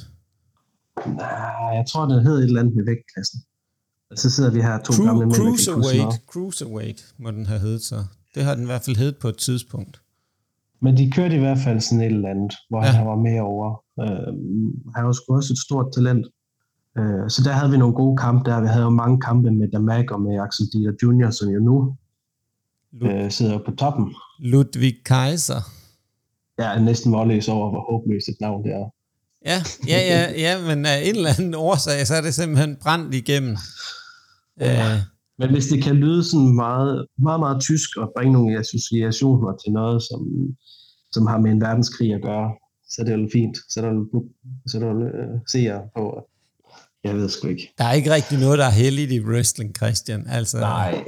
Nej, jeg tror, den hed et eller andet med vægtklassen. Og så sidder vi her to Cru- gamle mænd. Cruiserweight. Cruiserweight må den have heddet så. Det har den i hvert fald heddet på et tidspunkt. Men de kørte i hvert fald sådan et eller andet, hvor ja. Han var med over. Øh, han var sgu også et stort talent. Øh, så der havde vi nogle gode kampe der. Vi havde jo mange kampe med Damak og med Axel Dieter junior, som jo nu øh, sidder på toppen. Ludwig Kaiser. Jeg er næsten målløs over, hvor håbløst et navn det er. Ja, ja, ja, ja, men af en eller anden årsag, så er det simpelthen brændt igennem. Ja. Øh. Men hvis det kan lyde sådan meget, meget, meget tysk og bringe nogle associationer til noget, som, som har med en verdenskrig at gøre, så er det jo fint. Så er der jo, så er der jo uh, seere på. Jeg ved sgu ikke. Der er ikke rigtig noget, der er heldigt i wrestling, Christian. Altså... Nej.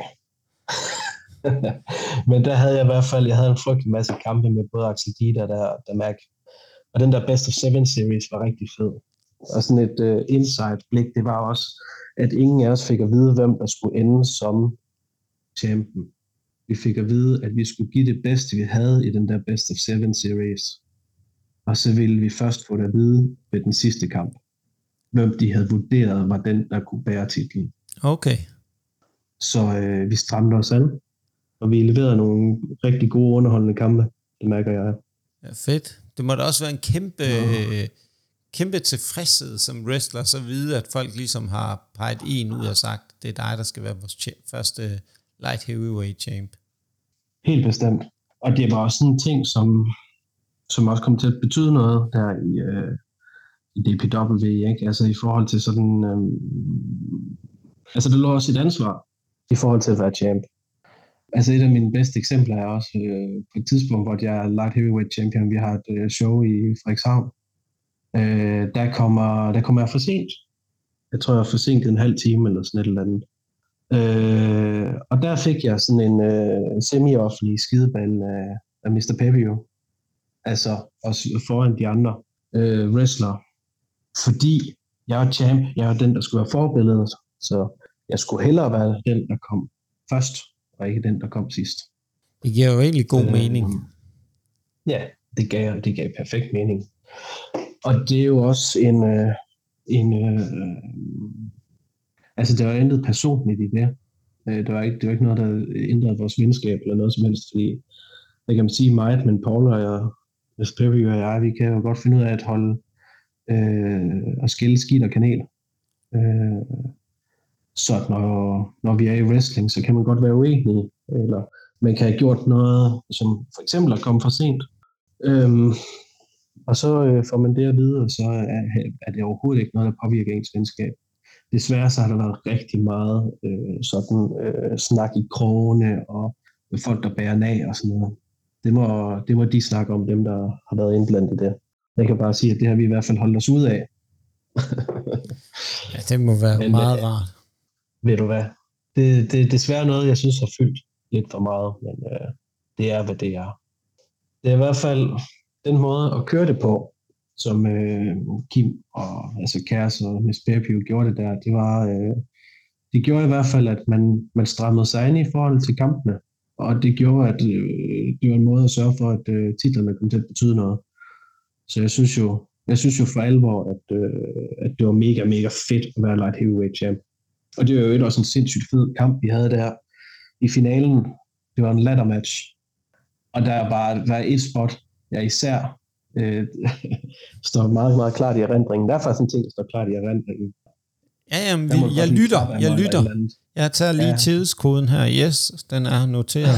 Men der havde jeg i hvert fald, jeg havde en frygtelig masse kampe med både Axel Dieter der, der Mac. Og den der Best of Seven series var rigtig fed. Og sådan et uh, inside-blik, det var også, at ingen af os fik at vide, hvem der skulle ende som champion. Vi fik at vide, at vi skulle give det bedste, vi havde i den der Best of Seven series. Og så ville vi først få det at vide ved den sidste kamp, hvem de havde vurderet var den, der kunne bære titlen. Okay. Så øh, vi strammede os an, og vi leverede nogle rigtig gode underholdende kampe. Det mærker jeg. Ja, fedt. Det må da også være en kæmpe... Ja. kæmpe tilfredshed som wrestler, så vide, at folk ligesom har peget en ud og sagt, det er dig, der skal være vores cha- første light heavyweight champ. Helt bestemt. Og det var også sådan en ting, som, som også kom til at betyde noget der i, øh, i D P W, ikke? Altså i forhold til sådan... Øh, altså det lå også et ansvar i forhold til at være champ. Altså et af mine bedste eksempler er også øh, på et tidspunkt, hvor jeg er light heavyweight champion. Vi har et øh, show i Frederikshavn. Øh, der, kommer, der kommer jeg for sent. Jeg tror, jeg er forsinket en halv time eller sådan et eller andet. Øh, og der fik jeg sådan en øh, semi-offentlig skideball af, af mister Pepio. Altså også foran de andre øh, wrestlere. Fordi jeg var champ, jeg var den, der skulle være forbilledet. Så jeg skulle hellere være den, der kom først, og ikke den, der kom sidst. Det giver jo egentlig god øh, mening. Ja, det gav, det gav perfekt mening. Og det er jo også en, øh, en øh, altså der var intet personligt i det. Det var ikke, det var ikke noget, der ændrede vores venskab eller noget som helst, fordi jeg kan sige meget, men Paul og jeg, mister Pepio og jeg, vi kan jo godt finde ud af at holde øh, og skille skidt og kanel. Øh, så når, når vi er i wrestling, så kan man godt være uenig, eller man kan have gjort noget, som for eksempel at komme for sent. Øhm, og så øh, får man det at vide, og så er, er det overhovedet ikke noget, der påvirker ens venskab. Desværre så har der været rigtig meget øh, sådan øh, snak i krogene, og folk, der bærer nag og sådan noget. Det må, det må de snakke om, dem der har været indblandet i det. Jeg kan bare sige, at det har vi i hvert fald holdt os ud af. Ja, det må være men, meget øh, rart. Ved du hvad? Det, det er desværre noget, jeg synes har fyldt lidt for meget, men øh, det er, hvad det er. det er i hvert fald den måde at køre det på, som øh, Kim og altså Kærs og Miss Baby gjorde det der. Det var, øh, det gjorde i hvert fald, at man, man strammede sig ind i forhold til kampene. Og det gjorde, at øh, det var en måde at sørge for, at øh, titlerne kom til at betyde noget. Så jeg synes jo, jeg synes jo for alvor, at, øh, at det var mega, mega fedt at være light heavyweight champ. Og det var jo også en sindssygt fed kamp, vi havde der i finalen. Det var en ladder match. Og der er bare der er et spot, jeg især øh, står meget, meget klart i erindringen. Der er faktisk en ting, der står klart i erindringen. Ja, jamen, vi, jeg lytter, jeg lytter. Jeg tager lige ja. tidskoden her. Yes, den er noteret.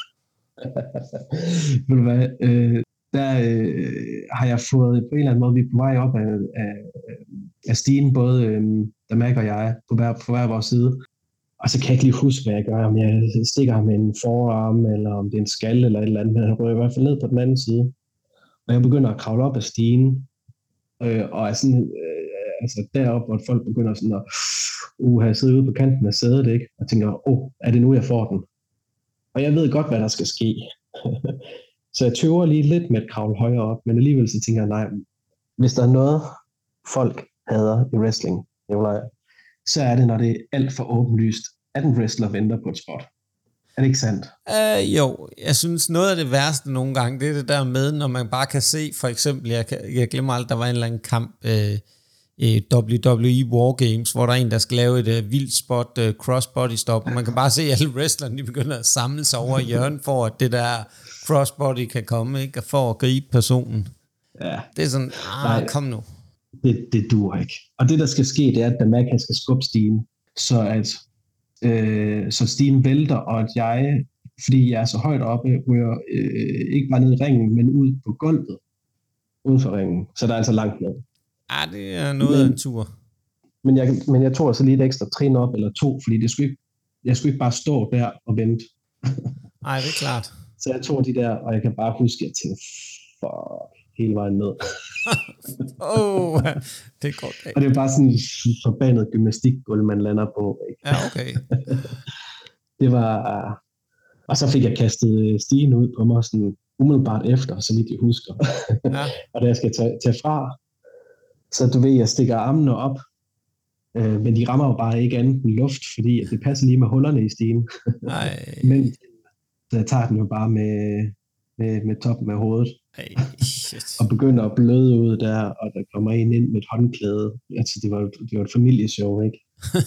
Ved du hvad, øh, der øh, har jeg fået på en eller anden måde, vi er på vej op af, af, af stigen, både øh, Damak og jeg, på hver, på hver vores side. Og så kan jeg ikke lige huske, hvad jeg gør, om jeg stikker ham med en forearm, eller om det er en skalle, eller et eller andet, men jeg rører i hvert fald ned på den anden side. Og jeg begynder at kravle op af stigen, øh, og er sådan, øh, altså deroppe, hvor folk begynder sådan at uh, have siddet ude på kanten af sædet, ikke? Og tænker, åh, oh, er det nu, jeg får den? Og jeg ved godt, hvad der skal ske. Så jeg tøver lige lidt med at kravle højere op, men alligevel så tænker jeg, nej, hvis der er noget, folk hader i wrestling, så er det, når det er alt for åbenlyst, at en wrestler venter på et spot. Er det ikke sandt? Uh, jo, jeg synes noget af det værste nogle gange, det er det der med, når man bare kan se, for eksempel, jeg, kan, jeg glemmer aldrig, der var en eller anden kamp uh, i W W E War Games, hvor der er en, der skal lave et uh, vildt spot, uh, crossbody stop, og man kan bare se, at alle wrestlerne, de begynder at samle sig over hjørnet, for at det der crossbody kan komme, ikke? Og for at gribe personen. Ja. Det er sådan, ah, kom nu. Det, det duer ikke. Og det, der skal ske, det er, at Damak skal skubbe stigen, så at øh, så stigen vælter, og at jeg, fordi jeg er så højt oppe, ryger øh, ikke bare ned i ringen, men ud på gulvet, uden for ringen. Så der er altså langt ned. Ah, det er noget af en tur. Men jeg, men jeg tog altså lige et ekstra trin op, eller to, fordi det skulle ikke, jeg skulle ikke bare stå der og vente. Nej, det er klart. Så jeg tog de der, og jeg kan bare huske, at jeg tænkte, fuck, hele vejen ned. Åh, oh, det er godt. Og det er bare sådan en forbandet gymnastikgulv, man lander på. Ikke? Ja, okay. Det var... Og så fik jeg kastet stigen ud på mig sådan umiddelbart efter, så vidt jeg husker. Ja. Og da jeg skal tage, tage fra, så du ved, jeg stikker armene op, øh, men de rammer jo bare ikke andet end luft, fordi at det passer lige med hullerne i stigen. Nej. Men så jeg tager den jo bare med, med, med toppen af hovedet. Ej, shit. Og begynder at bløde ud der, og der kommer en ind med et håndklæde. Altså, det var, det var et familieshow, ikke?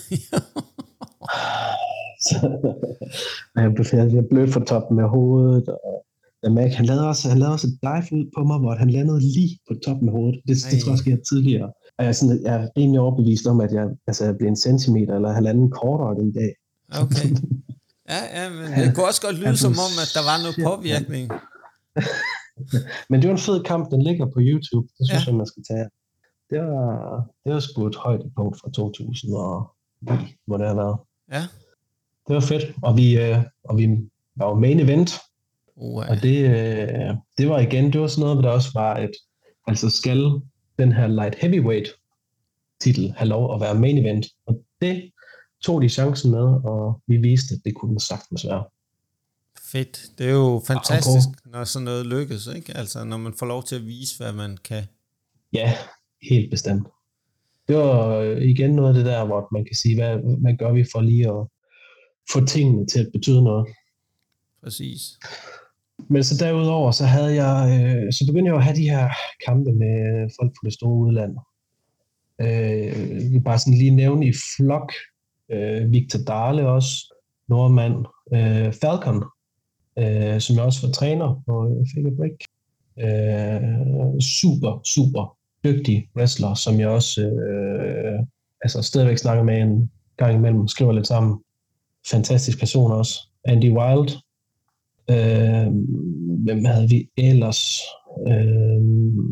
Så, og jeg blev jeg blødt fra toppen af hovedet, og Damak, han lavede også, han lavede også et dive ud på mig, hvor han landede lige på toppen af hovedet. Det, det tror jeg sker tidligere. Og jeg er, sådan, jeg er rimelig overbevist om, at jeg, altså, jeg blev en centimeter eller halvanden kortere den dag. Okay. Ja, ja, men det kunne også godt lyde som om, at der var noget påvirkning. Men det var en fed kamp, den ligger på YouTube. Det synes ja. jeg, man skal tage. Det var, det var sgu et højdepunkt fra to tusind og ni, hvor det har været. Ja. Det var fedt, og vi, øh, og vi var jo main event. Uh, ja. Og det, øh, det var igen, det var sådan noget, der også var et, altså skal den her light heavyweight titel have lov at være main event. Og det tog de chancen med, og vi viste, at det kunne den sagtens være. Fedt. Det er jo fantastisk, når sådan noget lykkes, ikke? Altså, når man får lov til at vise, hvad man kan. Ja, helt bestemt. Det var igen noget af det der, hvor man kan sige, hvad, hvad gør vi for lige at få tingene til at betyde noget. Præcis. Men så derudover, så havde jeg, øh, så begyndte jeg at have de her kampe med folk fra det store udland. Øh, jeg vil bare sådan lige nævne i flok, øh, Victor Dahle også, nordmand, øh, Falcon, øh, som jeg også var træner på Figure Break. Øh, super, super dygtig wrestler, som jeg også øh, altså stadigvæk snakker med en gang imellem, skriver lidt sammen. Fantastisk person også. Andy Wild. Øh, hvem havde vi ellers? Øh,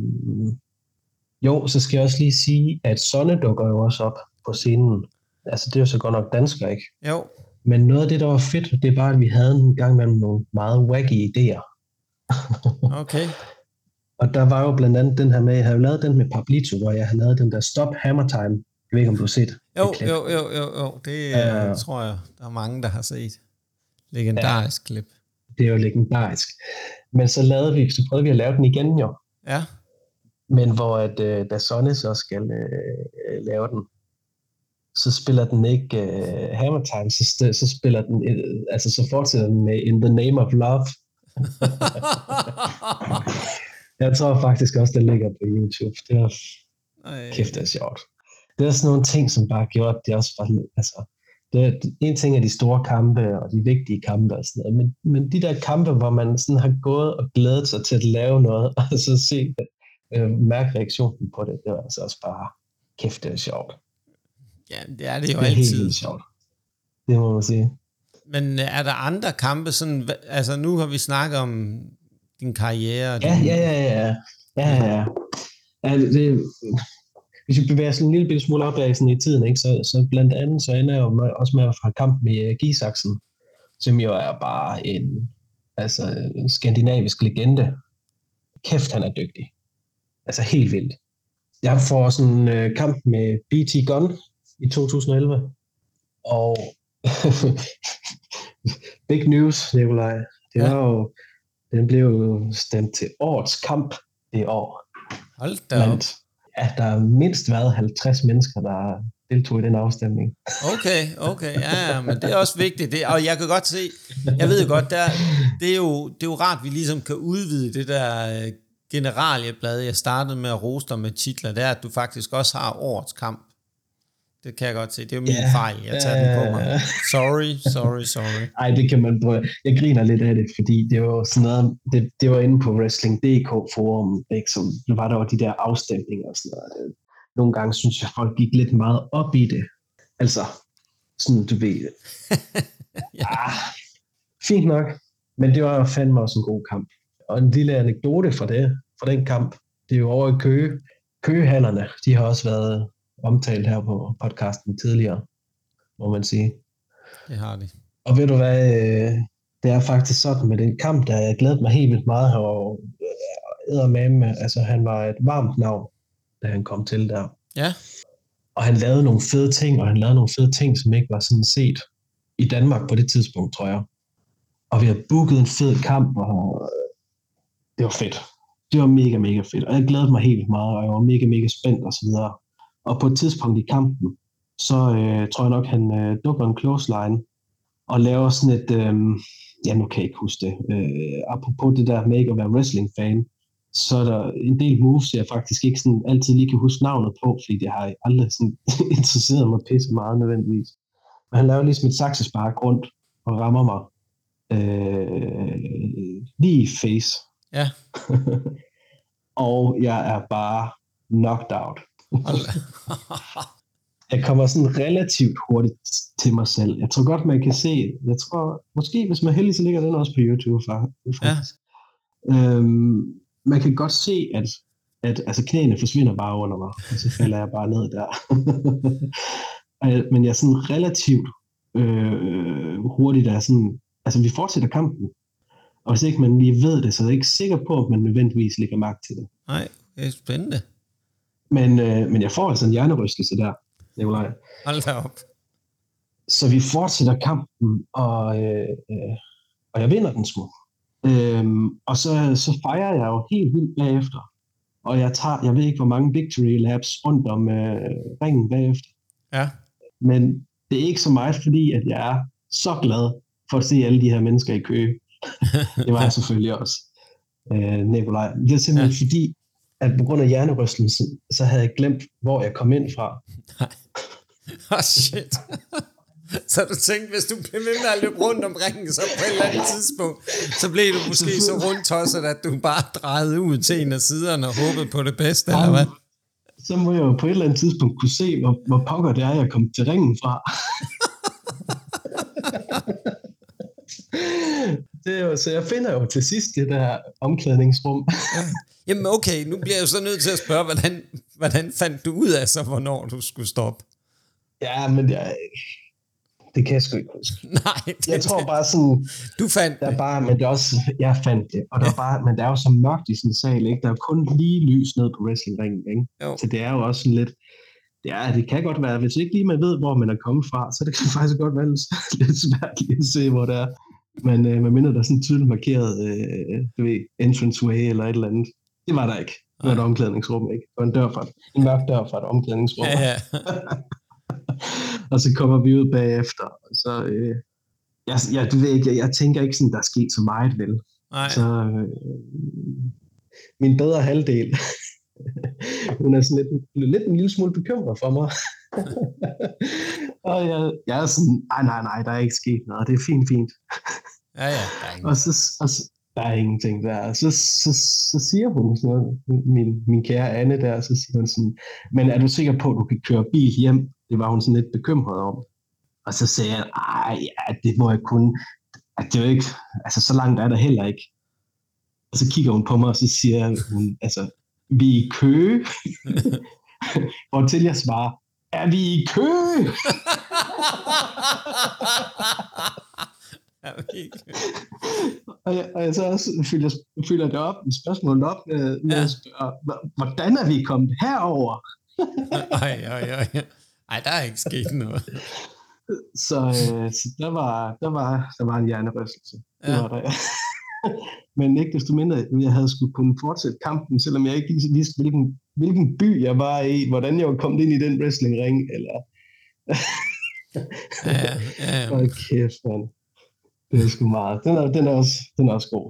jo, så skal jeg også lige sige, at Sonne dukker jo også op på scenen. Altså, det er jo så godt nok dansker, ikke? Jo. Men noget af det, der var fedt, det er bare, at vi havde en gang mellem nogle meget wacky idéer. Okay. Og der var jo blandt andet den her med, jeg havde jo lavet den med Pablito, hvor jeg havde lavet den der Stop Hammer Time. Jeg ved ikke, om du har set det. Jo, jo, jo, jo, jo. Det uh, tror jeg, der er mange, der har set. Legendarisk ja. klip. det er jo legendarisk. Men så lavede vi, så prøvede vi at lave den igen jo. Ja. Men hvor at, øh, da Sonne så skal øh, lave den, så spiller den ikke øh, Hammer Time, så, så spiller den, øh, altså så fortsætter den med In the Name of Love. Jeg tror faktisk også, den ligger på YouTube. Det er kæft, det er sjovt. Det er sådan nogle ting, som bare gjorde, at det også var, altså, det er, en ting er de store kampe og de vigtige kampe og sådan noget, men, men de der kampe, hvor man sådan har gået og glædet sig til at lave noget, og så se det, øh, mærke reaktionen på det, det var altså også bare kæft, det er sjovt. Ja, det er det jo det er altid. Helt sjovt. Det må man sige. Men er der andre kampe, sådan, altså nu har vi snakket om din karriere. Ja, din... ja, ja, ja, ja, ja. ja det, det, hvis vi bevæger sådan en lille smule op af sådan i tiden, ikke, så, så blandt andet så ender jeg jo med, også med at have kamp med Gizaksen, som jo er bare en, altså, en skandinavisk legende. Kæft, han er dygtig. Altså helt vildt. Jeg får sådan en uh, kamp med B T Gun i to tusind og elleve, og big news, Nikolaj. Det var jo, den blev jo stemt til årets kamp i år. Hold da op. Ja, der har mindst været halvtreds mennesker, der deltog i den afstemning. Okay, okay, ja, ja, men det er også vigtigt. Det, og jeg kan godt se, jeg ved jo godt, der, det, er jo, det er jo rart, at vi ligesom kan udvide det der generalieblad, jeg startede med at rose dig med titler, det er, at du faktisk også har årets kamp. Det kan jeg godt se. Det er jo min yeah, fejl. Jeg tager uh, den på mig. Sorry, sorry, sorry. Ej, det kan man prøve. Jeg griner lidt af det, fordi det var sådan noget, det, det var inde på Wrestling punktum d k forum, ikke? Så var der jo de der afstemninger og sådan noget. Nogle gange synes jeg, folk gik lidt meget op i det. Altså, sådan du ved. ja. ah, fint nok, men det var fandme også en god kamp. Og en lille anekdote fra det, fra den kamp, det er jo over i Køge. Køgehallerne, de har også været omtalt her på podcasten tidligere, må man sige. Det har de. Og ved du hvad, det er faktisk sådan med den kamp, der jeg glædede mig helt vildt meget her, og eddermame, altså han var et varmt navn, da han kom til der. Ja. Og han lavede nogle fede ting, og han lavede nogle fede ting, som ikke var sådan set i Danmark på det tidspunkt, tror jeg. Og vi har booket en fed kamp, og det var fedt. Det var mega, mega fedt, og jeg glædede mig helt meget, og jeg var mega, mega spændt og så videre. Og på et tidspunkt i kampen, så øh, tror jeg nok, han øh, dukker en clothesline og laver sådan et, øh, ja nu kan jeg ikke huske det, øh, apropos det der med ikke at være wrestling-fan, så er der en del moves, jeg faktisk ikke sådan altid lige kan huske navnet på, fordi det har aldrig sådan interesseret mig pisse meget nødvendigvis. Men han laver ligesom et saksespark rundt og rammer mig øh, lige i face. Ja. Og jeg er bare knocked out. Jeg kommer sådan relativt hurtigt til mig selv. Jeg tror godt, man kan se, jeg tror, måske hvis man er heldig, så ligger den også på YouTube faktisk. Ja. Øhm, man kan godt se, at, at altså, knæene forsvinder bare under mig, og så falder jeg bare ned der. Men jeg er sådan relativt øh, hurtigt, der er sådan, altså vi fortsætter kampen, og hvis ikke man lige ved det, så er jeg ikke sikker på, at man nødvendigvis lægger mærke til det. Nej, det er spændende. Men, øh, men jeg får altså en hjernerystelse der, Nikolaj. Hold da op. Så vi fortsætter kampen, og, øh, øh, og jeg vinder den små. Øhm, og så, så fejrer jeg jo helt vildt bagefter. Og jeg tager, jeg ved ikke, hvor mange victory laps rundt om øh, ringen bagefter. Ja. Men det er ikke så meget, fordi at jeg er så glad for at se alle de her mennesker i Køge. Det var jeg selvfølgelig også, øh, Nikolaj. Det er simpelthen ja. fordi, at på grund af hjernerystelsen, så havde jeg glemt, hvor jeg kom ind fra. Nej. Oh shit. Så du tænkte, hvis du blev ved med at løbe rundt om ringen, så på et eller andet tidspunkt, så blev du måske så rundtosset, at du bare drejede ud til en af siderne og håbede på det bedste, ja, eller hvad? Så må jeg jo på et eller andet tidspunkt kunne se, hvor, hvor pokker det er, jeg kom til ringen fra. Det er jo, så jeg finder jo til sidst det der omklædningsrum. Ja. Jamen okay, nu bliver jeg jo så nødt til at spørge, hvordan, hvordan fandt du ud af så, hvornår du skulle stoppe? Ja, men jeg, det kan jeg sgu ikke huske. Nej. Det, jeg tror bare sådan... Du fandt der det. Bare, men det er også... Jeg fandt det. Og der er bare, men der er jo så mørkt i sådan en sal, ikke? Der er jo kun lige lys ned på wrestlingringen, ikke? Jo. Så det er jo også sådan lidt... Ja, det kan godt være, hvis ikke lige man ved, hvor man er kommet fra, så det kan faktisk godt være lidt svært lige at se, hvor det er. Men øh, med mindre der er sådan tydeligt markeret, øh, du ved, entranceway eller et eller andet. Det var der ikke. Det var et omklædningsrum, ikke? Det var en dør fra en mørk dør fra et omklædningsrum. Ja, ja. Og så kommer vi ud bagefter, og så, øh, jeg, jeg, du ved ikke, jeg, jeg tænker ikke sådan, der er sket så meget, vel? Nej. Så øh, min bedre halvdel, hun er sådan lidt, lidt en lille smule bekymret for mig. Og jeg, jeg er sådan, nej, nej, nej, der er ikke sket noget, det er fint, fint. Ja, ja, der er ingen. Og så, og så der er ingenting der. Så, så, så siger hun sådan noget, min, min kære Anne der, så siger hun sådan, men er du sikker på, at du kan køre bil hjem? Det var hun sådan lidt bekymret om. Og så sagde jeg, ej, ja, det må jeg kunne. Det er jo ikke, altså så langt er der heller ikke. Og så kigger hun på mig, og så siger hun, altså, vi er i Køge. Og til jeg svarer, er vi i Køge? Okay. og, jeg, og jeg så også fylder, fylder det op, spørgsmålet op med, med Ja. at spørge, hvordan er vi kommet herover? Ej, ej, ej. Ej, der er ikke sket noget. Så, øh, så der, var, der, var, der var en hjernerystelse. Det Ja. var der. Men ikke desto mindre, jeg havde skulle kunne fortsætte kampen, selvom jeg ikke lige vidste, hvilken, hvilken by jeg var i, hvordan jeg var kommet ind i den wrestlingring, eller... Ja, ja, ja, ja. Hold kæft, mand. Det er sgu meget. Den er, den er, også, den er også god.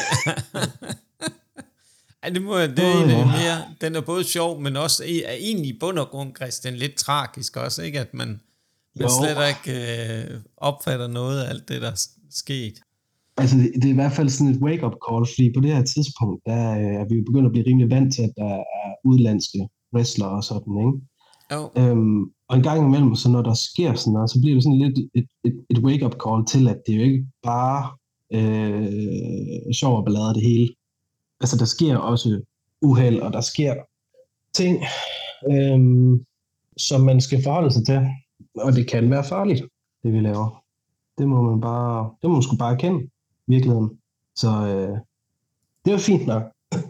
Ej, det, må, det er Åh, egentlig ja. mere, den er både sjov, men også er egentlig i bund og grund, Christian, lidt tragisk også, ikke? At man, man Jo. slet ikke øh, opfatter noget af alt det, der er sket. Altså, det, det er i hvert fald sådan et wake-up call, fordi på det her tidspunkt, der øh, er vi jo begyndt at blive rimelig vant til, at der er udlandske wrestlere og sådan, ikke? Jo. Øhm, og en gang imellem, så når der sker sådan noget, så bliver det sådan lidt et, et, et wake-up call til, at det er jo ikke bare øh, sjov og ballade det hele. Altså, der sker også uheld, og der sker ting, øhm, som man skal forholde sig til. Og det kan være farligt, det vi laver. Det må man bare, det må man sgu bare kende, virkeligheden. Så øh, det var fint nok.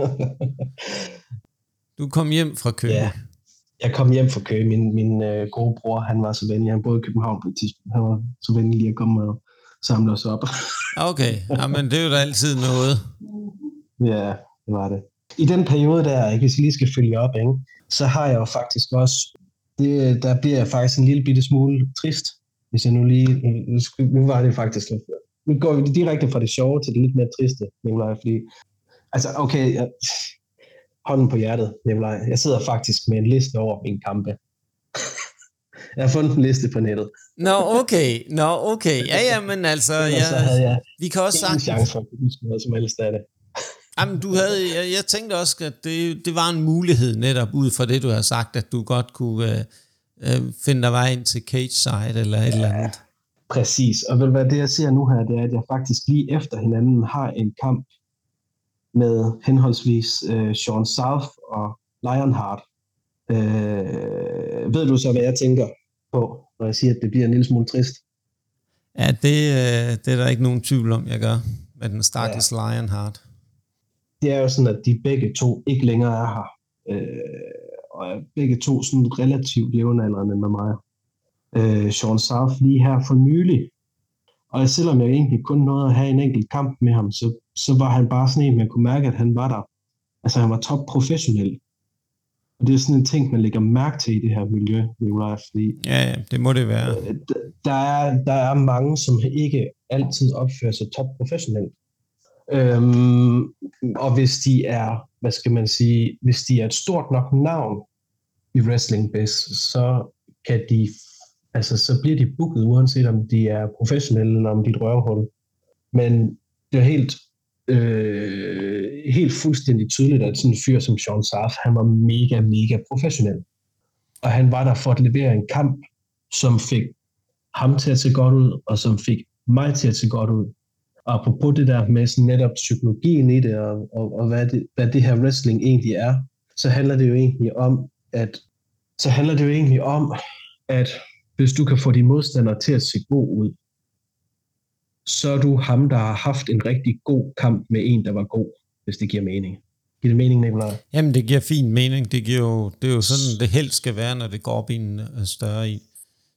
Du kom hjem fra Køge. Ja. Jeg kom hjem fra Køge. Min, min øh, gode bror, han var så venlig. Han boede i København på et tidspunkt. Han var så venlig lige at komme og samle os op. Okay, jamen det er jo da altid noget. Ja, det var det. I den periode der, ikke, hvis vi lige skal følge op, ikke, så har jeg jo faktisk også, det, der bliver jeg faktisk en lille bitte smule trist, hvis jeg nu lige, nu, nu var det faktisk, nu går vi direkte fra det sjove til det lidt mere triste, Nikolaj, fordi, altså okay, jeg, hånden på hjertet, Nikolaj, jeg sidder faktisk med en liste over mine kampe. Jeg har fundet en liste på nettet. Nå, okay, nå, okay, ja, ja, men altså, Ja, så havde ja, jeg vi kan også ingen sagtens... chance for at kunne huske noget som helst af det. Jamen, du havde, jeg, jeg tænkte også, at det, det var en mulighed netop ud fra det, du har sagt, at du godt kunne øh, øh, finde dig vej ind til cage side eller et ja, eller andet. Præcis, og vel, hvad det jeg ser nu her, det er, at jeg faktisk lige efter hinanden har en kamp med henholdsvis øh, Sean South og Lionheart. Øh, ved du så, hvad jeg tænker på, når jeg siger, at det bliver en lille smule trist? Ja, det, øh, det er der ikke nogen tvivl om, jeg gør, med den stakkels ja. Lionheart. Det er jo sådan, at de begge to ikke længere er her. Øh, og er begge to sådan relativt jævnaldrende med mig. Øh, Sean South lige her for nylig. Og selvom jeg egentlig kun nåede at have en enkelt kamp med ham, så, så var han bare sådan en, man kunne mærke, at han var der. Altså han var top professionel. Og det er sådan en ting, man lægger mærke til i det her miljø, Nikolaj, fordi Ja, ja, det må det være. øh, der, er, der er mange, som ikke altid opfører sig top professionelt. Øhm, og hvis de er, hvad skal man sige, hvis de er et stort nok navn i wrestling biz, så kan de, altså så bliver de booket, uanset om de er professionelle eller om de er et røvhul. Men det er helt, øh, helt fuldstændig tydeligt, at sådan en fyr som Sean South, han var mega, mega professionel. Og han var der for at levere en kamp, som fik ham til at se godt ud, og som fik mig til at se godt ud. Og apropos det der med sådan netop psykologien i det, og, og, og hvad, det, hvad det her wrestling egentlig er, så handler det jo egentlig om, at så handler det jo egentlig om, at hvis du kan få dine modstandere til at se god ud, så er du ham, der har haft en rigtig god kamp med en, der var god, hvis det giver mening. Giver det mening, Nikolaj? Jamen, det giver fin mening. Det, giver jo, det er jo sådan, det helst skal være, når det går op i en større i.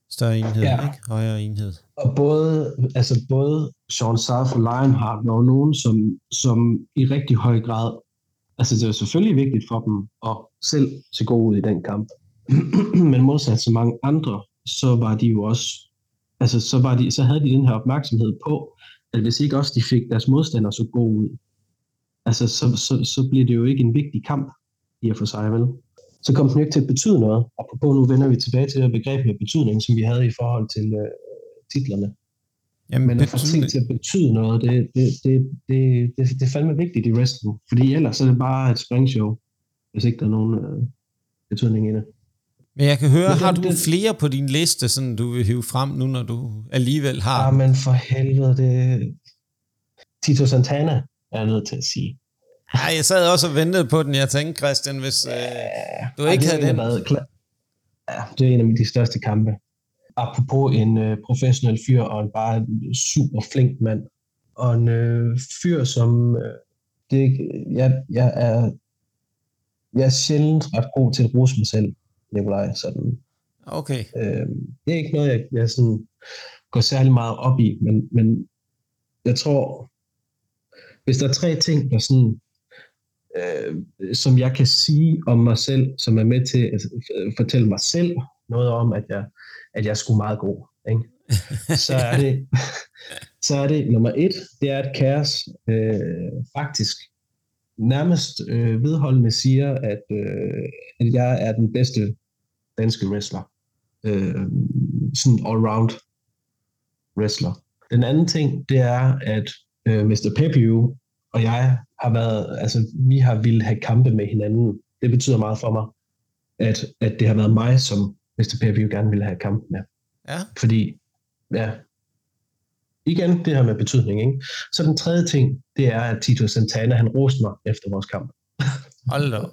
Større enhed, Ja. ikke? Højere enhed. Og både, altså både Sean Sarf og Lionheart var jo nogen, som, som i rigtig høj grad, altså det var selvfølgelig vigtigt for dem at selv se god ud i den kamp. Men modsat så mange andre, så var de jo også, altså så, var de, så havde de den her opmærksomhed på, at hvis ikke også de fik deres modstandere så god ud, altså så, så, så bliver det jo ikke en vigtig kamp i at få sig, vel? Så kom den jo ikke til at betyde noget. Apropos nu vender vi tilbage til det begreb med betydning, som vi havde i forhold til øh, titlerne. Jamen, Men at få ting til at betyde noget, det, det, det, det, det, det er fandme vigtigt i wrestling. Fordi ellers er det bare et springshow, hvis ikke der er nogen øh, betydning i det. Men jeg kan høre, Men har det- du det- flere på din liste, sådan du vil hive frem nu, når du alligevel har... Ah, men for helvede, det... Tito Santana er jeg nødt til at sige. Ej, jeg sad også og ventede på den. Jeg tænkte, Christian, hvis øh, du ikke Ej, havde det har den... været klar. Ja, det er en af de største kampe. Apropos en øh, professionel fyr og en bare en super flink mand. Og en øh, fyr, som... Øh, det, jeg, jeg, er, jeg er sjældent ret god til at rose mig selv, Nikolaj. Sådan. Okay. Øh, det er ikke noget, jeg, jeg sådan går særlig meget op i, men, men jeg tror, hvis der er tre ting, der sådan, øh, som jeg kan sige om mig selv, som er med til at øh, fortælle mig selv noget om, at jeg, at jeg er sgu meget god, ikke? så er det, så er det nummer et, det er, at Kærs øh, faktisk nærmest øh, vedholdende siger, at, øh, at jeg er den bedste danske wrestler. Øh, sådan all-round wrestler. Den anden ting, det er, at øh, mister Pay-Per-View og jeg har været, altså vi har ville have kampe med hinanden. Det betyder meget for mig, at, at det har været mig, som mister Pay-Per-View gerne ville have kampe med. Ja. Fordi, ja, igen det her med betydning, ikke? Så den tredje ting, det er, at Tito Santana, han roste mig efter vores kamp. Hold da op.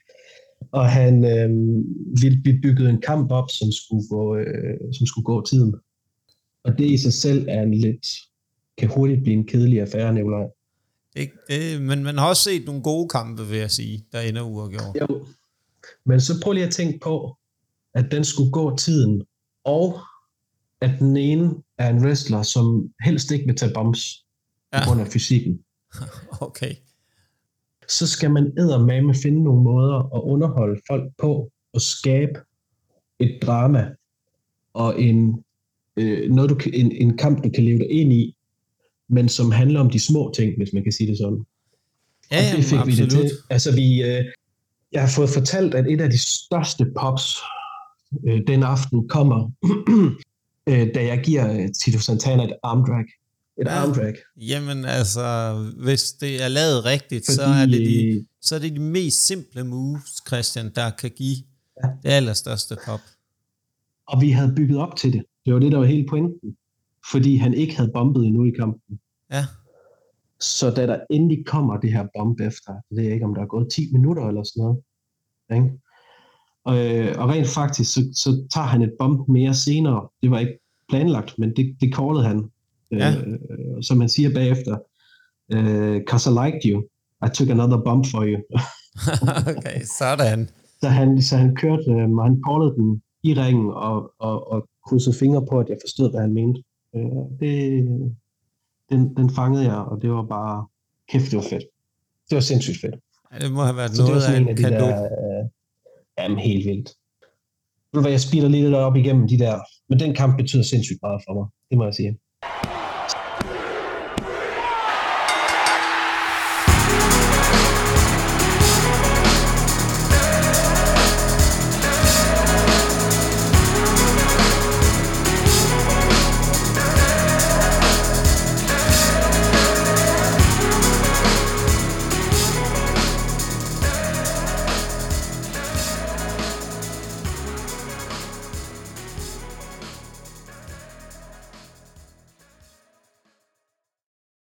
Og han, øh, vi, vi byggede en kamp op, som skulle gå, øh, som skulle gå tiden. Og det i sig selv er en lidt, kan hurtigt blive en kedelig affære, Nikolaj. Det, det, men man har også set nogle gode kampe, vil jeg sige, der ender uafgjort. Jo. Men så prøv lige at tænke på, at den skulle gå tiden, og at den ene er en wrestler, som helst ikke vil tage bumps ja. på grund af fysikken. Okay. Så skal man eddermame finde nogle måder at underholde folk på, og skabe et drama, og en, øh, noget du kan, en, en kamp, du kan leve dig ind i, men som handler om de små ting, hvis man kan sige det sådan. Ja, og det fik jamen, vi det absolut. til. Altså vi, øh, jeg har fået fortalt, at et af de største pops øh, den aften kommer, øh, da jeg giver øh, Tito Santana et arm drag. Et Ja. arm drag. Jamen altså, hvis det er lavet rigtigt, Fordi, så er det de, så er det de mest simple moves, Christian, der kan give Ja. det allerstørste pop. Og vi havde bygget op til det. Det var det, der var hele pointen. Fordi han ikke havde bombet endnu i kampen. Ja. Så da der endelig kommer det her bomb efter, det ved jeg ikke, om der er gået ti minutter eller sådan noget. Ikke? Og, øh, og rent faktisk, så, så tager han et bomb mere senere. Det var ikke planlagt, men det, det callede han. Ja. Øh, som han siger bagefter. Øh, Cause I liked you. I took another bump for you. Okay, sådan. Så han, så han kørte, øh, og han callede den i ringen, og, og, og krydsede fingre på, at jeg forstod, hvad han mente. Øh, det, den, den fangede jeg, og det var bare, kæft, det var fedt. Det var sindssygt fedt. Ja, det må have været Så det var noget af sådan en en af de kado. der, øh, jamen helt vildt. Ved du hvad, jeg speeder lige lidt op igennem de der, men den kamp betyder sindssygt meget for mig, det må jeg sige.